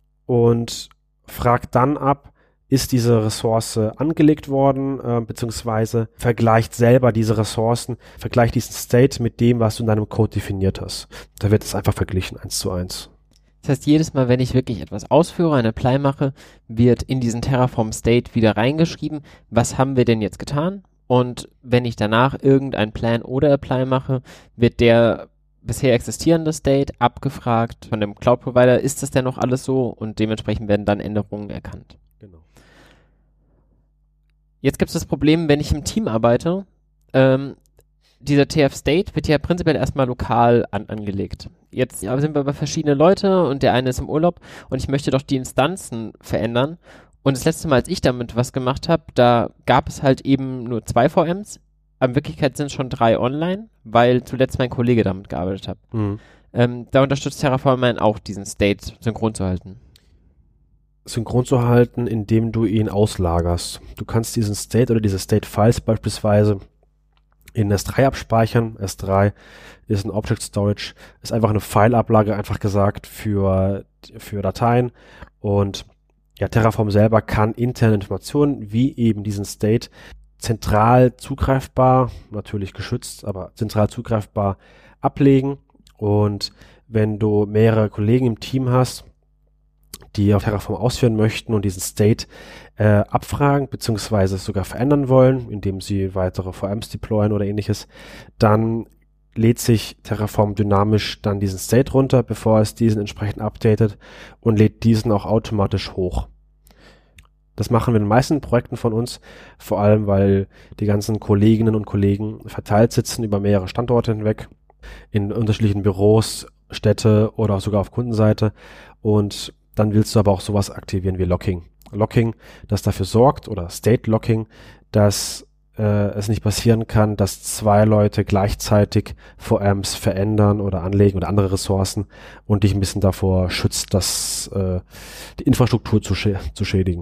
und fragt dann ab, ist diese Ressource angelegt worden, äh, beziehungsweise vergleicht selber diese Ressourcen, vergleicht diesen State mit dem, was du in deinem Code definiert hast. Da wird es einfach verglichen, eins zu eins. Das heißt, jedes Mal, wenn ich wirklich etwas ausführe, eine Apply mache, wird in diesen Terraform State wieder reingeschrieben, was haben wir denn jetzt getan? Und wenn ich danach irgendein Plan oder Apply mache, wird der bisher existierende State abgefragt von dem Cloud-Provider, ist das denn noch alles so? Und dementsprechend werden dann Änderungen erkannt. Genau. Jetzt gibt es das Problem, wenn ich im Team arbeite, ähm, dieser T F-State wird ja prinzipiell erstmal lokal an, angelegt. Jetzt ja, sind wir bei verschiedenen Leute und der eine ist im Urlaub und ich möchte doch die Instanzen verändern. Und das letzte Mal, als ich damit was gemacht habe, da gab es halt eben nur zwei V Ms. Aber in Wirklichkeit sind schon drei online, weil zuletzt mein Kollege damit gearbeitet hat. Mhm. Ähm, da unterstützt Terraform auch diesen State synchron zu halten. Synchron zu halten, indem du ihn auslagerst. Du kannst diesen State oder diese State-Files beispielsweise in S drei abspeichern. S drei ist ein Object Storage, ist einfach eine File-Ablage, einfach gesagt, für, für Dateien. Und ja, Terraform selber kann interne Informationen, wie eben diesen State, zentral zugreifbar, natürlich geschützt, aber zentral zugreifbar ablegen. Und wenn du mehrere Kollegen im Team hast, die auf Terraform ausführen möchten und diesen State äh, abfragen, beziehungsweise sogar verändern wollen, indem sie weitere V Ms deployen oder ähnliches, dann lädt sich Terraform dynamisch dann diesen State runter, bevor es diesen entsprechend updatet und lädt diesen auch automatisch hoch. Das machen wir in den meisten Projekten von uns, vor allem, weil die ganzen Kolleginnen und Kollegen verteilt sitzen über mehrere Standorte hinweg, in unterschiedlichen Büros, Städte oder auch sogar auf Kundenseite. Und dann willst du aber auch sowas aktivieren wie Locking. Locking, das dafür sorgt, oder State Locking, dass äh, es nicht passieren kann, dass zwei Leute gleichzeitig V Ms verändern oder anlegen oder andere Ressourcen und dich ein bisschen davor schützt, dass äh, die Infrastruktur zu, schä- zu schädigen.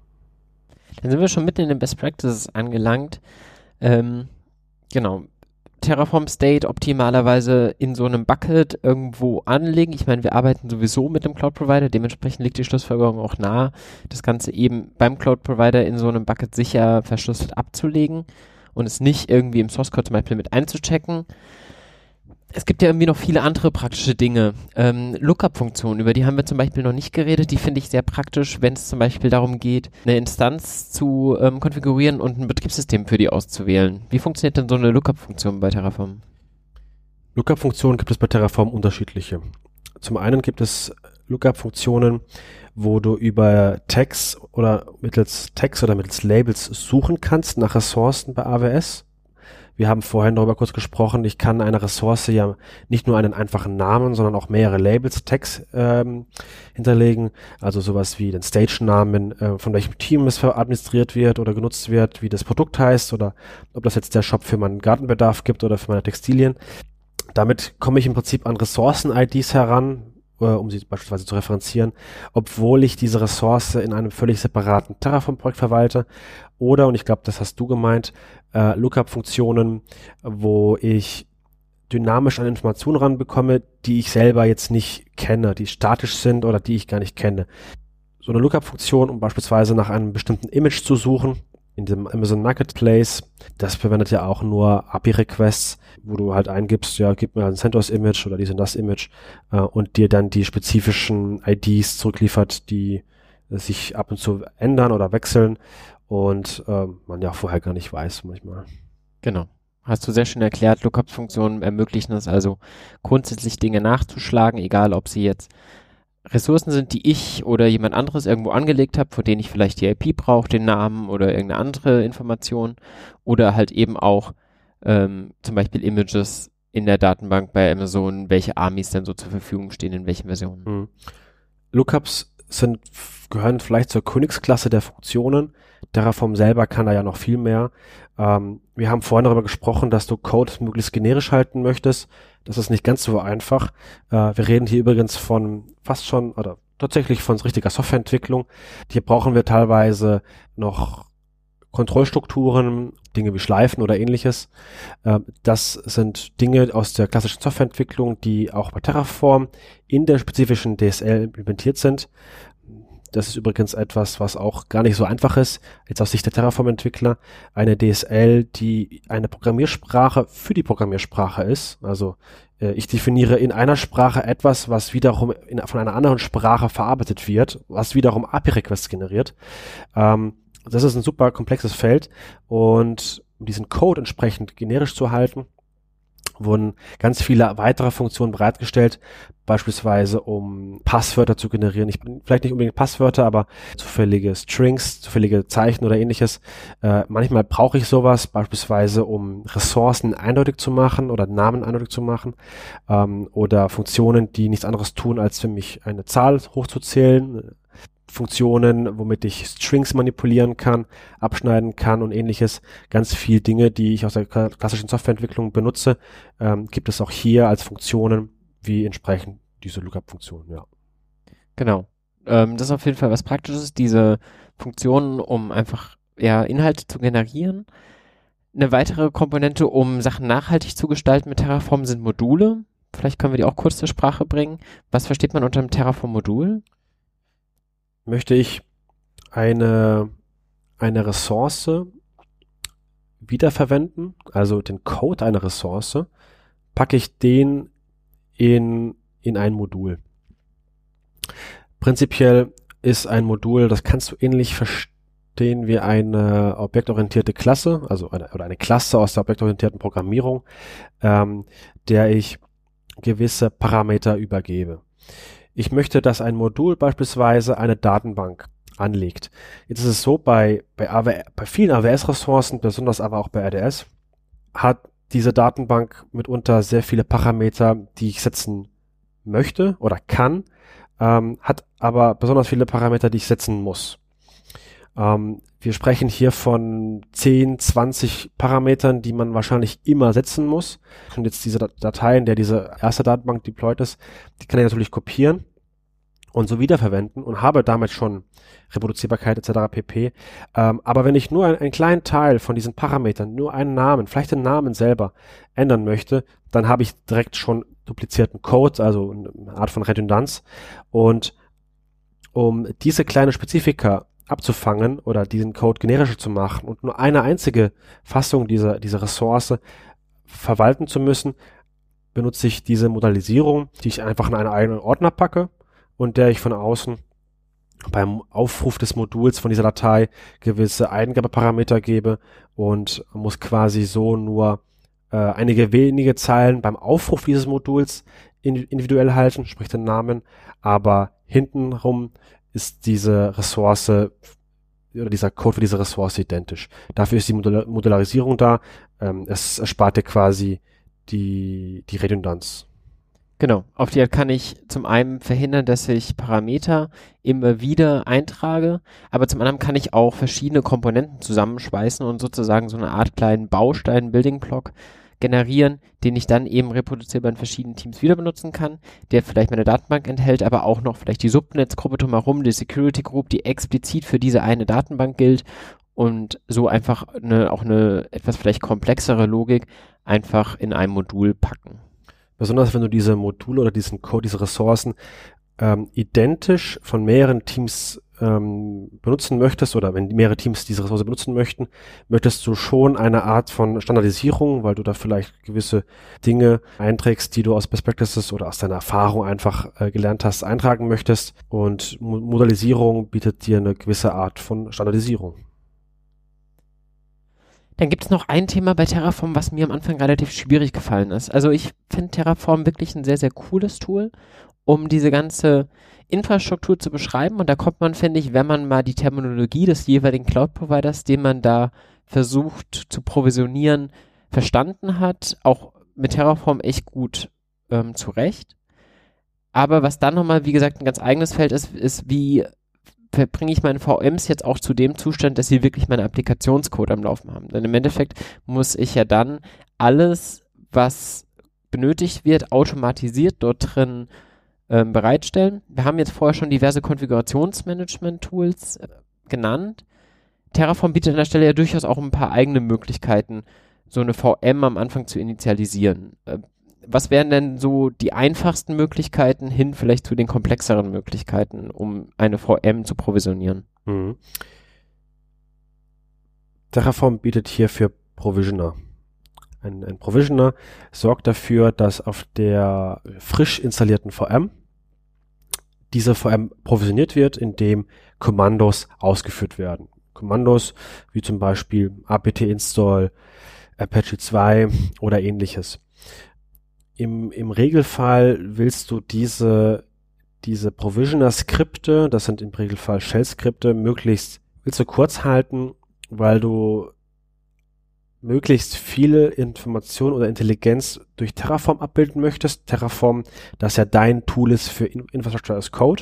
Dann sind wir schon mitten in den Best Practices angelangt. Ähm, genau. Terraform State optimalerweise in so einem Bucket irgendwo anlegen. Ich meine, wir arbeiten sowieso mit dem Cloud-Provider, dementsprechend liegt die Schlussfolgerung auch nahe, das Ganze eben beim Cloud-Provider in so einem Bucket sicher verschlüsselt abzulegen und es nicht irgendwie im Source-Code zum Beispiel mit einzuchecken. Es gibt ja irgendwie noch viele andere praktische Dinge. Ähm, Lookup-Funktionen, über die haben wir zum Beispiel noch nicht geredet. Die finde ich sehr praktisch, wenn es zum Beispiel darum geht, eine Instanz zu ähm, konfigurieren und ein Betriebssystem für die auszuwählen. Wie funktioniert denn so eine Lookup-Funktion bei Terraform? Lookup-Funktionen gibt es bei Terraform unterschiedliche. Zum einen gibt es Lookup-Funktionen, wo du über Tags oder mittels Tags oder mittels Labels suchen kannst nach Ressourcen bei A W S. Wir haben vorhin darüber kurz gesprochen, ich kann einer Ressource ja nicht nur einen einfachen Namen, sondern auch mehrere Labels, Tags ähm, hinterlegen, also sowas wie den Stage-Namen, äh, von welchem Team es administriert wird oder genutzt wird, wie das Produkt heißt oder ob das jetzt der Shop für meinen Gartenbedarf gibt oder für meine Textilien. Damit komme ich im Prinzip an Ressourcen-I Ds heran, äh, um sie beispielsweise zu referenzieren, obwohl ich diese Ressource in einem völlig separaten Terraform-Projekt verwalte. Oder, und ich glaube, das hast du gemeint, äh, Lookup-Funktionen, wo ich dynamisch an Informationen ranbekomme, die ich selber jetzt nicht kenne, die statisch sind oder die ich gar nicht kenne. So eine Lookup-Funktion, um beispielsweise nach einem bestimmten Image zu suchen, in dem Amazon Marketplace, das verwendet ja auch nur A P I-Requests, wo du halt eingibst, ja, gib mir ein CentOS-Image oder dies und das Image äh, und dir dann die spezifischen I Ds zurückliefert, die äh, sich ab und zu ändern oder wechseln und äh, man ja vorher gar nicht weiß manchmal. Genau. Hast du sehr schön erklärt, Lookup-Funktionen ermöglichen es also grundsätzlich Dinge nachzuschlagen, egal ob sie jetzt Ressourcen sind, die ich oder jemand anderes irgendwo angelegt habe, von denen ich vielleicht die I P brauche, den Namen oder irgendeine andere Information oder halt eben auch ähm, zum Beispiel Images in der Datenbank bei Amazon, welche A M Is denn so zur Verfügung stehen, in welchen Versionen. Mhm. Lookups sind, gehören vielleicht zur Königsklasse der Funktionen. Terraform selber kann da ja noch viel mehr. Ähm, wir haben vorhin darüber gesprochen, dass du Code möglichst generisch halten möchtest. Das ist nicht ganz so einfach. Äh, wir reden hier übrigens von fast schon, oder tatsächlich von richtiger Softwareentwicklung. Hier brauchen wir teilweise noch Kontrollstrukturen, Dinge wie Schleifen oder ähnliches. Äh, das sind Dinge aus der klassischen Softwareentwicklung, die auch bei Terraform in der spezifischen D S L implementiert sind. Das ist übrigens etwas, was auch gar nicht so einfach ist, jetzt aus Sicht der Terraform-Entwickler. Eine D S L, die eine Programmiersprache für die Programmiersprache ist. Also äh, ich definiere in einer Sprache etwas, was wiederum in, von einer anderen Sprache verarbeitet wird, was wiederum A P I-Requests generiert. Ähm, das ist ein super komplexes Feld und um diesen Code entsprechend generisch zu halten, wurden ganz viele weitere Funktionen bereitgestellt, beispielsweise um Passwörter zu generieren. Ich, vielleicht nicht unbedingt Passwörter, aber zufällige Strings, zufällige Zeichen oder ähnliches. Äh, manchmal brauche ich sowas, beispielsweise um Ressourcen eindeutig zu machen oder Namen eindeutig zu machen ähm, oder Funktionen, die nichts anderes tun, als für mich eine Zahl hochzuzählen. Funktionen, womit ich Strings manipulieren kann, abschneiden kann und ähnliches. Ganz viel Dinge, die ich aus der klassischen Softwareentwicklung benutze, ähm, gibt es auch hier als Funktionen, wie entsprechend diese Lookup-Funktion, ja. Genau. Ähm, das ist auf jeden Fall was Praktisches, diese Funktionen, um einfach ja Inhalte zu generieren. Eine weitere Komponente, um Sachen nachhaltig zu gestalten mit Terraform, sind Module. Vielleicht können wir die auch kurz zur Sprache bringen. Was versteht man unter einem Terraform-Modul? Möchte ich eine, eine Ressource wiederverwenden, also den Code einer Ressource, packe ich den in, in ein Modul. Prinzipiell ist ein Modul, das kannst du ähnlich verstehen wie eine objektorientierte Klasse, also eine, oder eine Klasse aus der objektorientierten Programmierung, ähm, der ich gewisse Parameter übergebe. Ich möchte, dass ein Modul beispielsweise eine Datenbank anlegt. Jetzt ist es so, bei, bei, A W, bei vielen A W S-Ressourcen, besonders aber auch bei R D S, hat diese Datenbank mitunter sehr viele Parameter, die ich setzen möchte oder kann, ähm, hat aber besonders viele Parameter, die ich setzen muss. Ähm, wir sprechen hier von zehn, zwanzig Parametern, die man wahrscheinlich immer setzen muss. Und jetzt diese Datei, in der diese erste Datenbank deployed ist, die kann ich natürlich kopieren und so wiederverwenden und habe damit schon Reproduzierbarkeit et cetera pp. Ähm, aber wenn ich nur ein, einen kleinen Teil von diesen Parametern, nur einen Namen, vielleicht den Namen selber ändern möchte, dann habe ich direkt schon duplizierten Code, also eine Art von Redundanz. Und um diese kleine Spezifika abzufangen oder diesen Code generischer zu machen und nur eine einzige Fassung dieser, dieser Ressource verwalten zu müssen, benutze ich diese Modalisierung, die ich einfach in einen eigenen Ordner packe und der ich von außen beim Aufruf des Moduls von dieser Datei gewisse Eingabeparameter gebe und muss quasi so nur äh, einige wenige Zeilen beim Aufruf dieses Moduls individuell halten, sprich den Namen, aber hintenrum ist diese Ressource oder dieser Code für diese Ressource identisch. Dafür ist die Modul- Modularisierung da. Ähm, es erspart dir quasi die, die Redundanz. Genau, auf die Art kann ich zum einen verhindern, dass ich Parameter immer wieder eintrage, aber zum anderen kann ich auch verschiedene Komponenten zusammenschweißen und sozusagen so eine Art kleinen Baustein, Building Block generieren, den ich dann eben reproduzierbar in verschiedenen Teams wieder benutzen kann, der vielleicht meine Datenbank enthält, aber auch noch vielleicht die Subnetzgruppe drumherum, die Security Group, die explizit für diese eine Datenbank gilt und so einfach eine, auch eine etwas vielleicht komplexere Logik einfach in einem Modul packen. Besonders wenn du diese Module oder diesen Code, diese Ressourcen ähm, identisch von mehreren Teams ähm, benutzen möchtest oder wenn mehrere Teams diese Ressource benutzen möchten, möchtest du schon eine Art von Standardisierung, weil du da vielleicht gewisse Dinge einträgst, die du aus Best Practices oder aus deiner Erfahrung einfach äh, gelernt hast, eintragen möchtest. Und Mo- Modellisierung bietet dir eine gewisse Art von Standardisierung. Dann gibt es noch ein Thema bei Terraform, was mir am Anfang relativ schwierig gefallen ist. Also ich finde Terraform wirklich ein sehr, sehr cooles Tool, um diese ganze Infrastruktur zu beschreiben. Und da kommt man, finde ich, wenn man mal die Terminologie des jeweiligen Cloud-Providers, den man da versucht zu provisionieren, verstanden hat, auch mit Terraform echt gut ähm, zurecht. Aber was dann nochmal, wie gesagt, ein ganz eigenes Feld ist, ist, wie bringe ich meine V Ms jetzt auch zu dem Zustand, dass sie wirklich meine Applikationscode am Laufen haben. Denn im Endeffekt muss ich ja dann alles, was benötigt wird, automatisiert dort drin ähm, bereitstellen. Wir haben jetzt vorher schon diverse Konfigurationsmanagement-Tools äh, genannt. Terraform bietet an der Stelle ja durchaus auch ein paar eigene Möglichkeiten, so eine V M am Anfang zu initialisieren. Äh, Was wären denn so die einfachsten Möglichkeiten hin vielleicht zu den komplexeren Möglichkeiten, um eine V M zu provisionieren? Mhm. Terraform bietet hierfür Provisioner. Ein, ein Provisioner sorgt dafür, dass auf der frisch installierten V M diese V M provisioniert wird, indem Kommandos ausgeführt werden. Kommandos wie zum Beispiel apt install, Apache zwei oder ähnliches. Im, im Regelfall willst du diese, diese Provisioner-Skripte, das sind im Regelfall Shell-Skripte, möglichst, willst du kurz halten, weil du möglichst viele Informationen oder Intelligenz durch Terraform abbilden möchtest. Terraform, das ja dein Tool ist für In- Infrastructure as Code.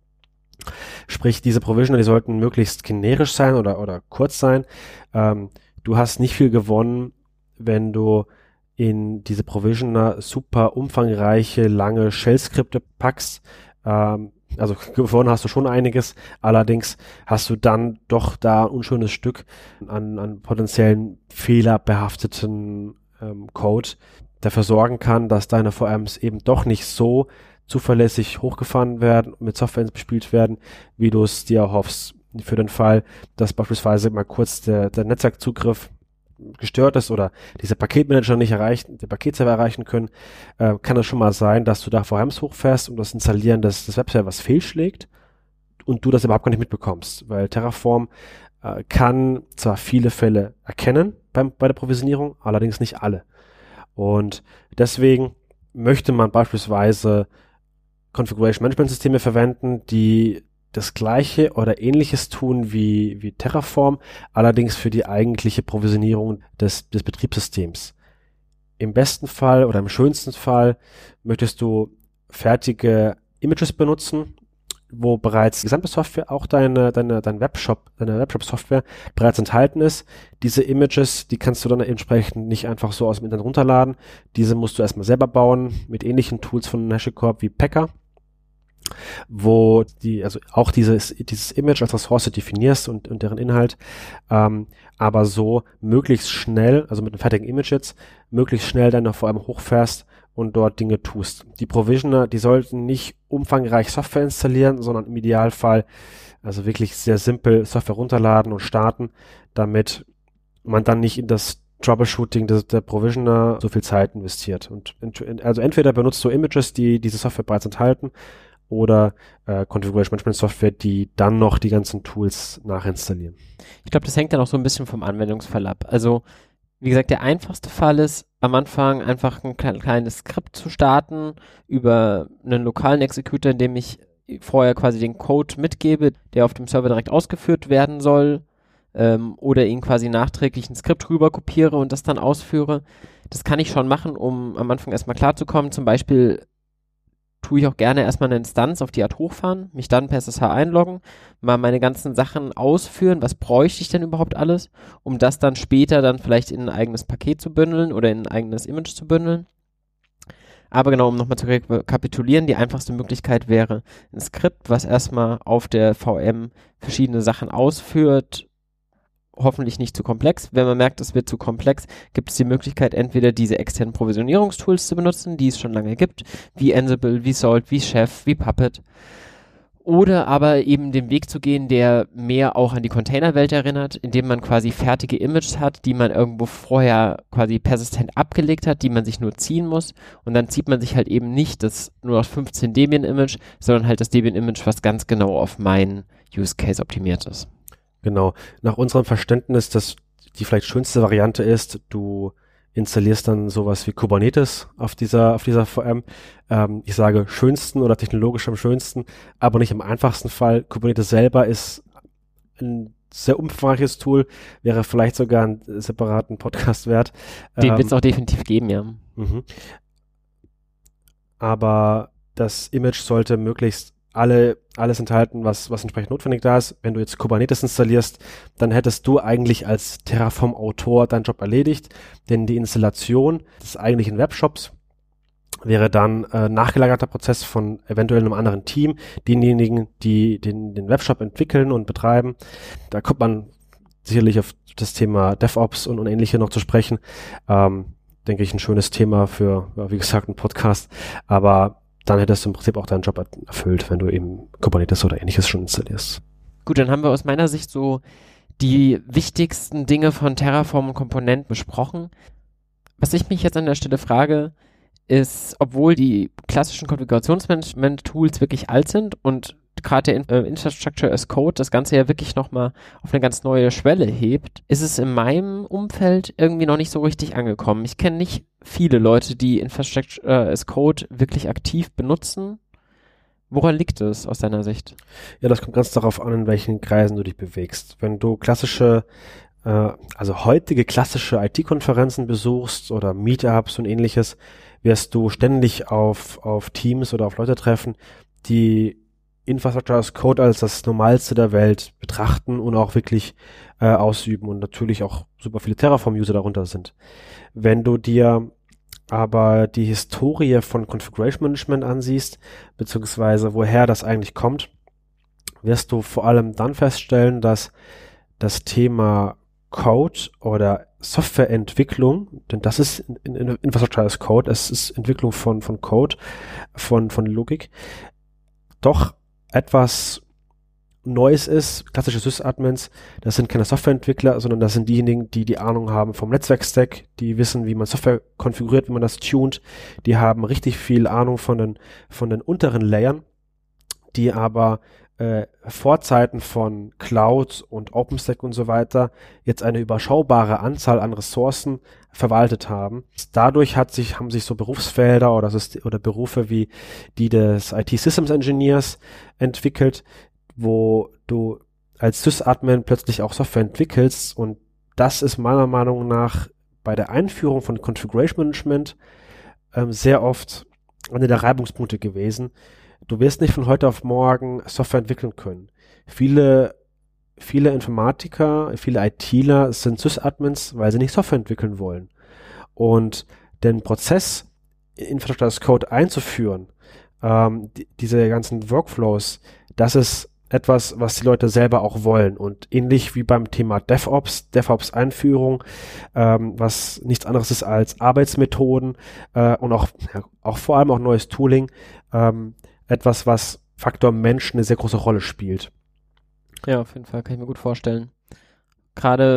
Sprich, diese Provisioner, die sollten möglichst generisch sein oder, oder kurz sein. Ähm, du hast nicht viel gewonnen, wenn du in diese Provisioner super umfangreiche, lange Shell-Skripte packst. Ähm, also gewonnen hast du schon einiges, allerdings hast du dann doch da ein unschönes Stück an, an potenziellen fehlerbehafteten ähm, Code, der dafür sorgen kann, dass deine V Ms eben doch nicht so zuverlässig hochgefahren werden und mit Software bespielt werden, wie du es dir erhoffst. Für den Fall, dass beispielsweise mal kurz der, der Netzwerkzugriff gestört ist oder diese Paketmanager nicht erreichen, den Paketserver erreichen können, äh, kann es schon mal sein, dass du da V Ms hochfährst und das Installieren des, des Webservers fehlschlägt und du das überhaupt gar nicht mitbekommst, weil Terraform äh, kann zwar viele Fälle erkennen beim, bei der Provisionierung, allerdings nicht alle. Und deswegen möchte man beispielsweise Configuration Management Systeme verwenden, die das gleiche oder ähnliches tun wie, wie Terraform, allerdings für die eigentliche Provisionierung des, des Betriebssystems. Im besten Fall oder im schönsten Fall möchtest du fertige Images benutzen, wo bereits die gesamte Software, auch deine, deine, dein Webshop, deine Webshop-Software bereits enthalten ist. Diese Images, die kannst du dann entsprechend nicht einfach so aus dem Internet runterladen. Diese musst du erstmal selber bauen mit ähnlichen Tools von HashiCorp wie Packer, wo die, also auch dieses, dieses Image als Ressource definierst und, und deren Inhalt, ähm, aber so möglichst schnell, also mit einem fertigen Image jetzt, möglichst schnell dann noch vor allem hochfährst und dort Dinge tust. Die Provisioner, die sollten nicht umfangreich Software installieren, sondern im Idealfall also wirklich sehr simpel Software runterladen und starten, damit man dann nicht in das Troubleshooting der, der Provisioner so viel Zeit investiert. Und ent, also entweder benutzt du Images, die diese Software bereits enthalten, oder äh, Configuration Management Software, die dann noch die ganzen Tools nachinstallieren. Ich glaube, das hängt dann auch so ein bisschen vom Anwendungsfall ab. Also, wie gesagt, der einfachste Fall ist, am Anfang einfach ein klein, kleines Skript zu starten über einen lokalen Executor, in dem ich vorher quasi den Code mitgebe, der auf dem Server direkt ausgeführt werden soll, ähm, oder ihn quasi nachträglich ein Skript rüber kopiere und das dann ausführe. Das kann ich schon machen, um am Anfang erstmal klarzukommen. Zum Beispiel tue ich auch gerne erstmal eine Instanz auf die Art hochfahren, mich dann per S S H einloggen, mal meine ganzen Sachen ausführen, was bräuchte ich denn überhaupt alles, um das dann später dann vielleicht in ein eigenes Paket zu bündeln oder in ein eigenes Image zu bündeln. Aber genau, um nochmal zu rekapitulieren, die einfachste Möglichkeit wäre ein Skript, was erstmal auf der V M verschiedene Sachen ausführt, hoffentlich nicht zu komplex. Wenn man merkt, es wird zu komplex, gibt es die Möglichkeit, entweder diese externen Provisionierungstools zu benutzen, die es schon lange gibt, wie Ansible, wie Salt, wie Chef, wie Puppet, oder aber eben den Weg zu gehen, der mehr auch an die Containerwelt erinnert, indem man quasi fertige Images hat, die man irgendwo vorher quasi persistent abgelegt hat, die man sich nur ziehen muss, und dann zieht man sich halt eben nicht das nur aus fünfzehn Debian-Image, sondern halt das Debian-Image, was ganz genau auf meinen Use Case optimiert ist. Genau. Nach unserem Verständnis, dass die vielleicht schönste Variante ist, du installierst dann sowas wie Kubernetes auf dieser, auf dieser V M. Ähm, ich sage schönsten oder technologisch am schönsten, aber nicht im einfachsten Fall. Kubernetes selber ist ein sehr umfangreiches Tool, wäre vielleicht sogar einen separaten Podcast wert. Den ähm, wird es auch definitiv geben, ja. Mhm. Aber das Image sollte möglichst alle, alles enthalten, was, was entsprechend notwendig da ist. Wenn du jetzt Kubernetes installierst, dann hättest du eigentlich als Terraform-Autor deinen Job erledigt, denn die Installation des eigentlichen Webshops wäre dann äh, nachgelagerter Prozess von eventuell einem anderen Team, denjenigen, die den, den Webshop entwickeln und betreiben. Da kommt man sicherlich auf das Thema DevOps und, und ähnliche noch zu sprechen. Ähm, denke ich, ein schönes Thema für, ja, wie gesagt, einen Podcast. Aber dann hättest du im Prinzip auch deinen Job erfüllt, wenn du eben Kubernetes oder ähnliches schon installierst. Gut, dann haben wir aus meiner Sicht so die wichtigsten Dinge von Terraform und Komponenten besprochen. Was ich mich jetzt an der Stelle frage, ist, obwohl die klassischen Konfigurationsmanagement-Tools wirklich alt sind und gerade der In- äh, Infrastructure as Code das Ganze ja wirklich nochmal auf eine ganz neue Schwelle hebt, ist es in meinem Umfeld irgendwie noch nicht so richtig angekommen. Ich kenne nicht viele Leute, die Infrastructure äh, as Code wirklich aktiv benutzen. Woran liegt es aus deiner Sicht? Ja, das kommt ganz darauf an, in welchen Kreisen du dich bewegst. Wenn du klassische, äh, also heutige klassische I T-Konferenzen besuchst oder Meetups und ähnliches, wirst du ständig auf, auf Teams oder auf Leute treffen, die Infrastructure as Code als das Normalste der Welt betrachten und auch wirklich äh, ausüben und natürlich auch super viele Terraform-User darunter sind. Wenn du dir aber die Historie von Configuration Management ansiehst, beziehungsweise woher das eigentlich kommt, wirst du vor allem dann feststellen, dass das Thema Code oder Softwareentwicklung, denn das ist in, in, in Infrastructure as Code, es ist Entwicklung von, von Code, von, von Logik, doch etwas Neues ist. Klassische Sys-Admins, das sind keine Softwareentwickler, sondern das sind diejenigen, die die Ahnung haben vom Netzwerkstack, die wissen, wie man Software konfiguriert, wie man das tunt, die haben richtig viel Ahnung von den, von den unteren Layern, die aber äh, vor Zeiten von Cloud und OpenStack und so weiter jetzt eine überschaubare Anzahl an Ressourcen verwaltet haben. Dadurch hat sich, haben sich so Berufsfelder oder, Syst- oder Berufe wie die des I T Systems Engineers entwickelt, wo du als Sys-Admin plötzlich auch Software entwickelst, und das ist meiner Meinung nach bei der Einführung von Configuration Management ähm, sehr oft einer der Reibungspunkte gewesen. Du wirst nicht von heute auf morgen Software entwickeln können. Viele, viele Informatiker, viele ITler sind Sys-Admins, weil sie nicht Software entwickeln wollen. Und den Prozess, Infrastructure as Code einzuführen, ähm, die, diese ganzen Workflows, das ist etwas, was die Leute selber auch wollen. Und ähnlich wie beim Thema DevOps, DevOps-Einführung, ähm, was nichts anderes ist als Arbeitsmethoden äh, und auch, ja, auch vor allem auch neues Tooling, ähm, etwas, was Faktor Mensch eine sehr große Rolle spielt. Ja, auf jeden Fall, kann ich mir gut vorstellen. Gerade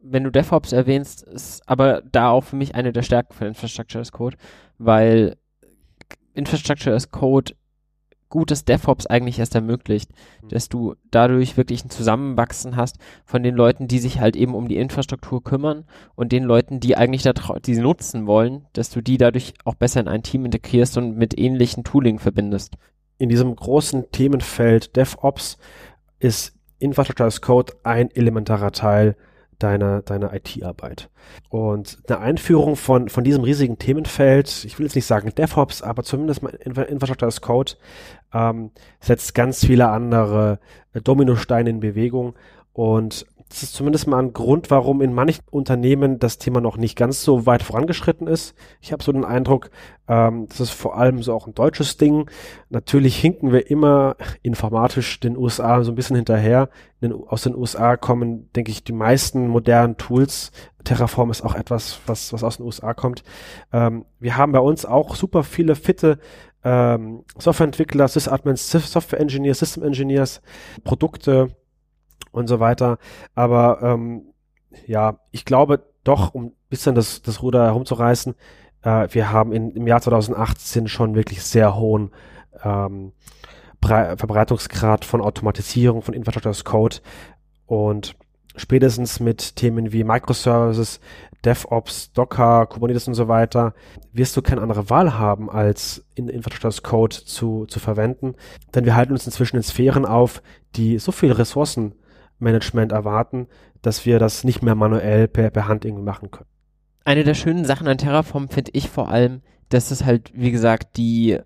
wenn du DevOps erwähnst, ist aber da auch für mich eine der Stärken von Infrastructure as Code, weil Infrastructure as Code gutes DevOps eigentlich erst ermöglicht, dass du dadurch wirklich ein Zusammenwachsen hast von den Leuten, die sich halt eben um die Infrastruktur kümmern und den Leuten, die eigentlich da, die sie nutzen wollen, dass du die dadurch auch besser in ein Team integrierst und mit ähnlichen Tooling verbindest. In diesem großen Themenfeld DevOps ist Infrastructure as Code ein elementarer Teil deiner, deiner I T-Arbeit. Und eine Einführung von, von diesem riesigen Themenfeld, ich will jetzt nicht sagen DevOps, aber zumindest mal Infrastructure as Code, ähm, setzt ganz viele andere äh, Dominosteine in Bewegung. Und das ist zumindest mal ein Grund, warum in manchen Unternehmen das Thema noch nicht ganz so weit vorangeschritten ist. Ich habe so den Eindruck, ähm, das ist vor allem so auch ein deutsches Ding. Natürlich hinken wir immer informatisch den U S A so ein bisschen hinterher. In den, aus den U S A kommen, denke ich, die meisten modernen Tools. Terraform ist auch etwas, was, was aus den U S A kommt. Ähm, wir haben bei uns auch super viele fitte ähm, Softwareentwickler, Sysadmins, Software Engineers, System Engineers, Produkte und so weiter. Aber ähm, ja, ich glaube doch, um ein bisschen das, das Ruder herumzureißen, äh, wir haben in, im Jahr zwanzig achtzehn schon wirklich sehr hohen ähm, Bre- Verbreitungsgrad von Automatisierung, von Infrastructure as Code und spätestens mit Themen wie Microservices, DevOps, Docker, Kubernetes und so weiter, wirst du keine andere Wahl haben, als in Infrastructure as Code zu, zu verwenden. Denn wir halten uns inzwischen in Sphären auf, die so viel Ressourcenmanagement erwarten, dass wir das nicht mehr manuell per, per Hand irgendwie machen können. Eine der schönen Sachen an Terraform finde ich vor allem, dass es halt, wie gesagt, die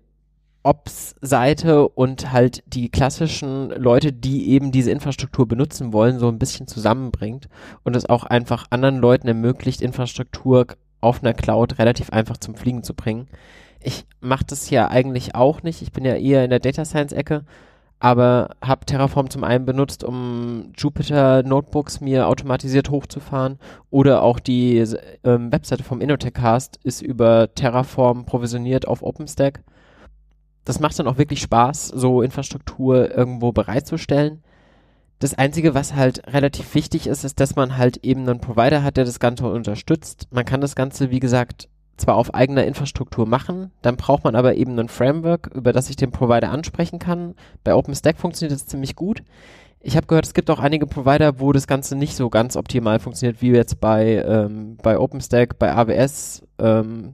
Ops-Seite und halt die klassischen Leute, die eben diese Infrastruktur benutzen wollen, so ein bisschen zusammenbringt und es auch einfach anderen Leuten ermöglicht, Infrastruktur auf einer Cloud relativ einfach zum Fliegen zu bringen. Ich mache das ja eigentlich auch nicht, ich bin ja eher in der Data Science-Ecke, aber habe Terraform zum einen benutzt, um Jupyter Notebooks mir automatisiert hochzufahren oder auch die ähm, Webseite vom InnoTechCast ist über Terraform provisioniert auf OpenStack. Das macht dann auch wirklich Spaß, so Infrastruktur irgendwo bereitzustellen. Das Einzige, was halt relativ wichtig ist, ist, dass man halt eben einen Provider hat, der das Ganze unterstützt. Man kann das Ganze, wie gesagt, zwar auf eigener Infrastruktur machen, dann braucht man aber eben ein Framework, über das ich den Provider ansprechen kann. Bei OpenStack funktioniert das ziemlich gut. Ich habe gehört, es gibt auch einige Provider, wo das Ganze nicht so ganz optimal funktioniert, wie jetzt bei, ähm, bei OpenStack, bei A W S. Ähm,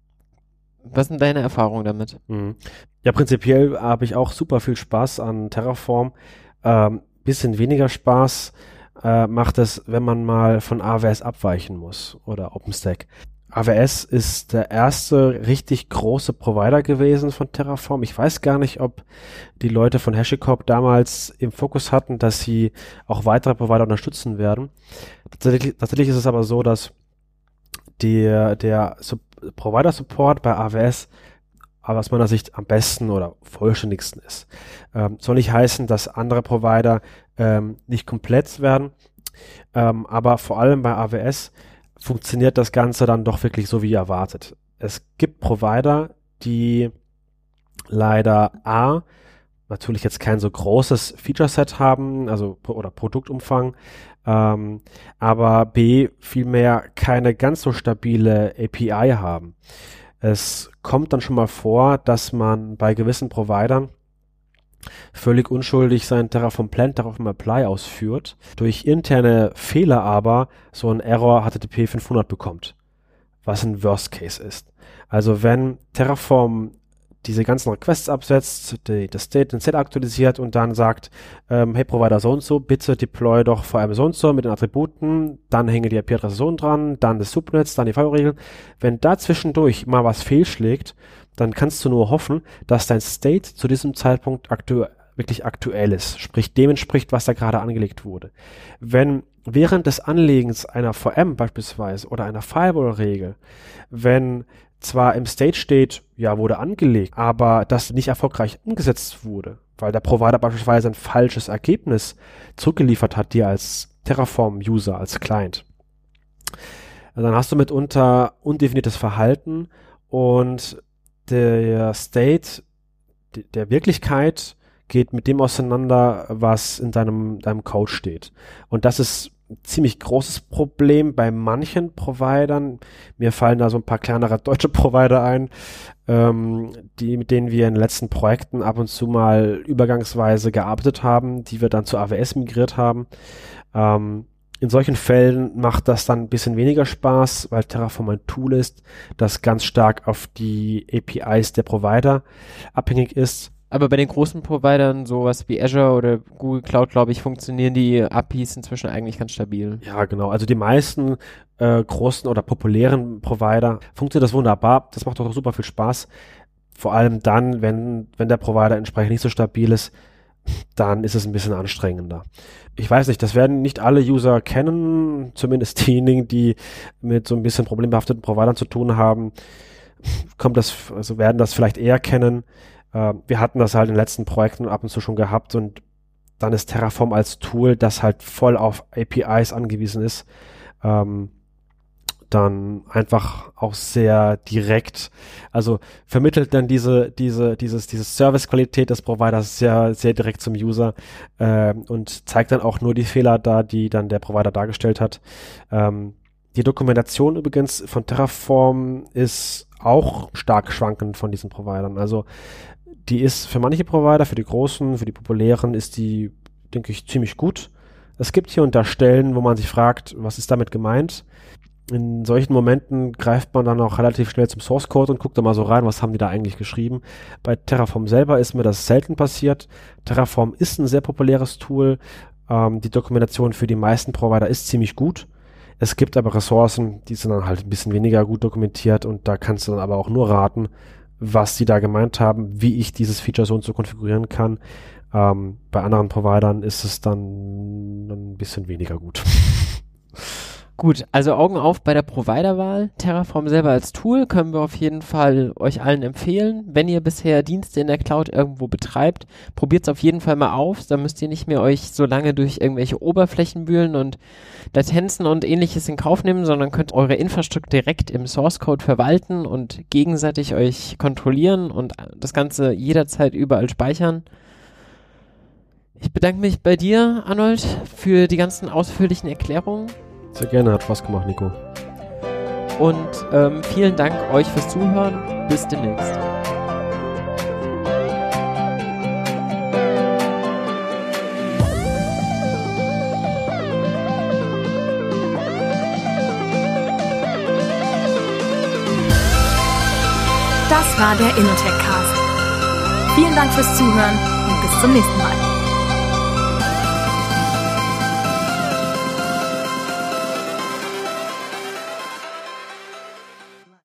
was sind deine Erfahrungen damit? Mhm. Ja, prinzipiell habe ich auch super viel Spaß an Terraform. Ähm, bisschen weniger Spaß äh, macht es, wenn man mal von A W S abweichen muss oder OpenStack. A W S ist der erste richtig große Provider gewesen von Terraform. Ich weiß gar nicht, ob die Leute von HashiCorp damals im Fokus hatten, dass sie auch weitere Provider unterstützen werden. Tatsächlich, tatsächlich ist es aber so, dass der, der Sub- Provider-Support bei A W S aber aus meiner Sicht am besten oder vollständigsten ist. Ähm, soll nicht heißen, dass andere Provider ähm, nicht komplett werden, ähm, aber vor allem bei A W S funktioniert das Ganze dann doch wirklich so wie erwartet. Es gibt Provider, die leider A, natürlich jetzt kein so großes Feature-Set haben, also oder Produktumfang, ähm, aber B, vielmehr keine ganz so stabile A P I haben. Es kommt dann schon mal vor, dass man bei gewissen Providern völlig unschuldig sein Terraform Plant, Terraform Apply ausführt, durch interne Fehler aber so ein Error H T T P fünfhundert bekommt, was ein Worst Case ist. Also wenn Terraform diese ganzen Requests absetzt, die, das State, den State aktualisiert und dann sagt, ähm, hey Provider so und so, bitte deploy doch V M so und so mit den Attributen, dann hänge die I P-Adresse so dran, dann das Subnetz, dann die Firewall-Regeln. Wenn da zwischendurch mal was fehlschlägt, dann kannst du nur hoffen, dass dein State zu diesem Zeitpunkt aktu- wirklich aktuell ist, sprich dem entspricht, was da gerade angelegt wurde. Wenn während des Anlegens einer V M beispielsweise oder einer Firewall-Regel, wenn zwar im State steht, ja, wurde angelegt, aber das nicht erfolgreich umgesetzt wurde, weil der Provider beispielsweise ein falsches Ergebnis zurückgeliefert hat, dir als Terraform-User, als Client. Dann hast du mitunter undefiniertes Verhalten und der State der Wirklichkeit geht mit dem auseinander, was in deinem, deinem Code steht. Und das ist ein ziemlich großes Problem bei manchen Providern. Mir fallen da so ein paar kleinere deutsche Provider ein, ähm, die, mit denen wir in den letzten Projekten ab und zu mal übergangsweise gearbeitet haben, die wir dann zu A W S migriert haben. Ähm, in solchen Fällen macht das dann ein bisschen weniger Spaß, weil Terraform ein Tool ist, das ganz stark auf die A P Is der Provider abhängig ist. Aber bei den großen Providern, sowas wie Azure oder Google Cloud, glaube ich, funktionieren die A P Is inzwischen eigentlich ganz stabil. Ja, genau. Also die meisten äh, großen oder populären Provider funktioniert das wunderbar. Das macht auch super viel Spaß. Vor allem dann, wenn, wenn der Provider entsprechend nicht so stabil ist, dann ist es ein bisschen anstrengender. Ich weiß nicht, das werden nicht alle User kennen, zumindest diejenigen, die mit so ein bisschen problembehafteten Providern zu tun haben, kommt das, also werden das vielleicht eher kennen. Wir hatten das halt in den letzten Projekten ab und zu schon gehabt und dann ist Terraform als Tool, das halt voll auf A P Is angewiesen ist, ähm, dann einfach auch sehr direkt, also vermittelt dann diese, diese, dieses, diese Servicequalität des Providers sehr, sehr direkt zum User äh, und zeigt dann auch nur die Fehler da, die dann der Provider dargestellt hat. Ähm, die Dokumentation übrigens von Terraform ist auch stark schwankend von diesen Providern, also die ist für manche Provider, für die großen, für die populären, ist die, denke ich, ziemlich gut. Es gibt hier und da Stellen, wo man sich fragt, was ist damit gemeint? In solchen Momenten greift man dann auch relativ schnell zum Source Code und guckt da mal so rein, was haben die da eigentlich geschrieben. Bei Terraform selber ist mir das selten passiert. Terraform ist ein sehr populäres Tool. Ähm, die Dokumentation für die meisten Provider ist ziemlich gut. Es gibt aber Ressourcen, die sind dann halt ein bisschen weniger gut dokumentiert und da kannst du dann aber auch nur raten, was sie da gemeint haben, wie ich dieses Feature so und so konfigurieren kann. Ähm, bei anderen Providern ist es dann ein bisschen weniger gut. Gut, also Augen auf bei der Providerwahl. Terraform selber als Tool können wir auf jeden Fall euch allen empfehlen. Wenn ihr bisher Dienste in der Cloud irgendwo betreibt, probiert es auf jeden Fall mal auf. Da müsst ihr nicht mehr euch so lange durch irgendwelche Oberflächen wühlen und Latenzen und ähnliches in Kauf nehmen, sondern könnt eure Infrastruktur direkt im Source Code verwalten und gegenseitig euch kontrollieren und das Ganze jederzeit überall speichern. Ich bedanke mich bei dir, Arnold, für die ganzen ausführlichen Erklärungen. Sehr gerne, hat Spaß gemacht, Nico. Und ähm, vielen Dank euch fürs Zuhören. Bis demnächst. Das war der InnoTech Cast. Vielen Dank fürs Zuhören und bis zum nächsten Mal.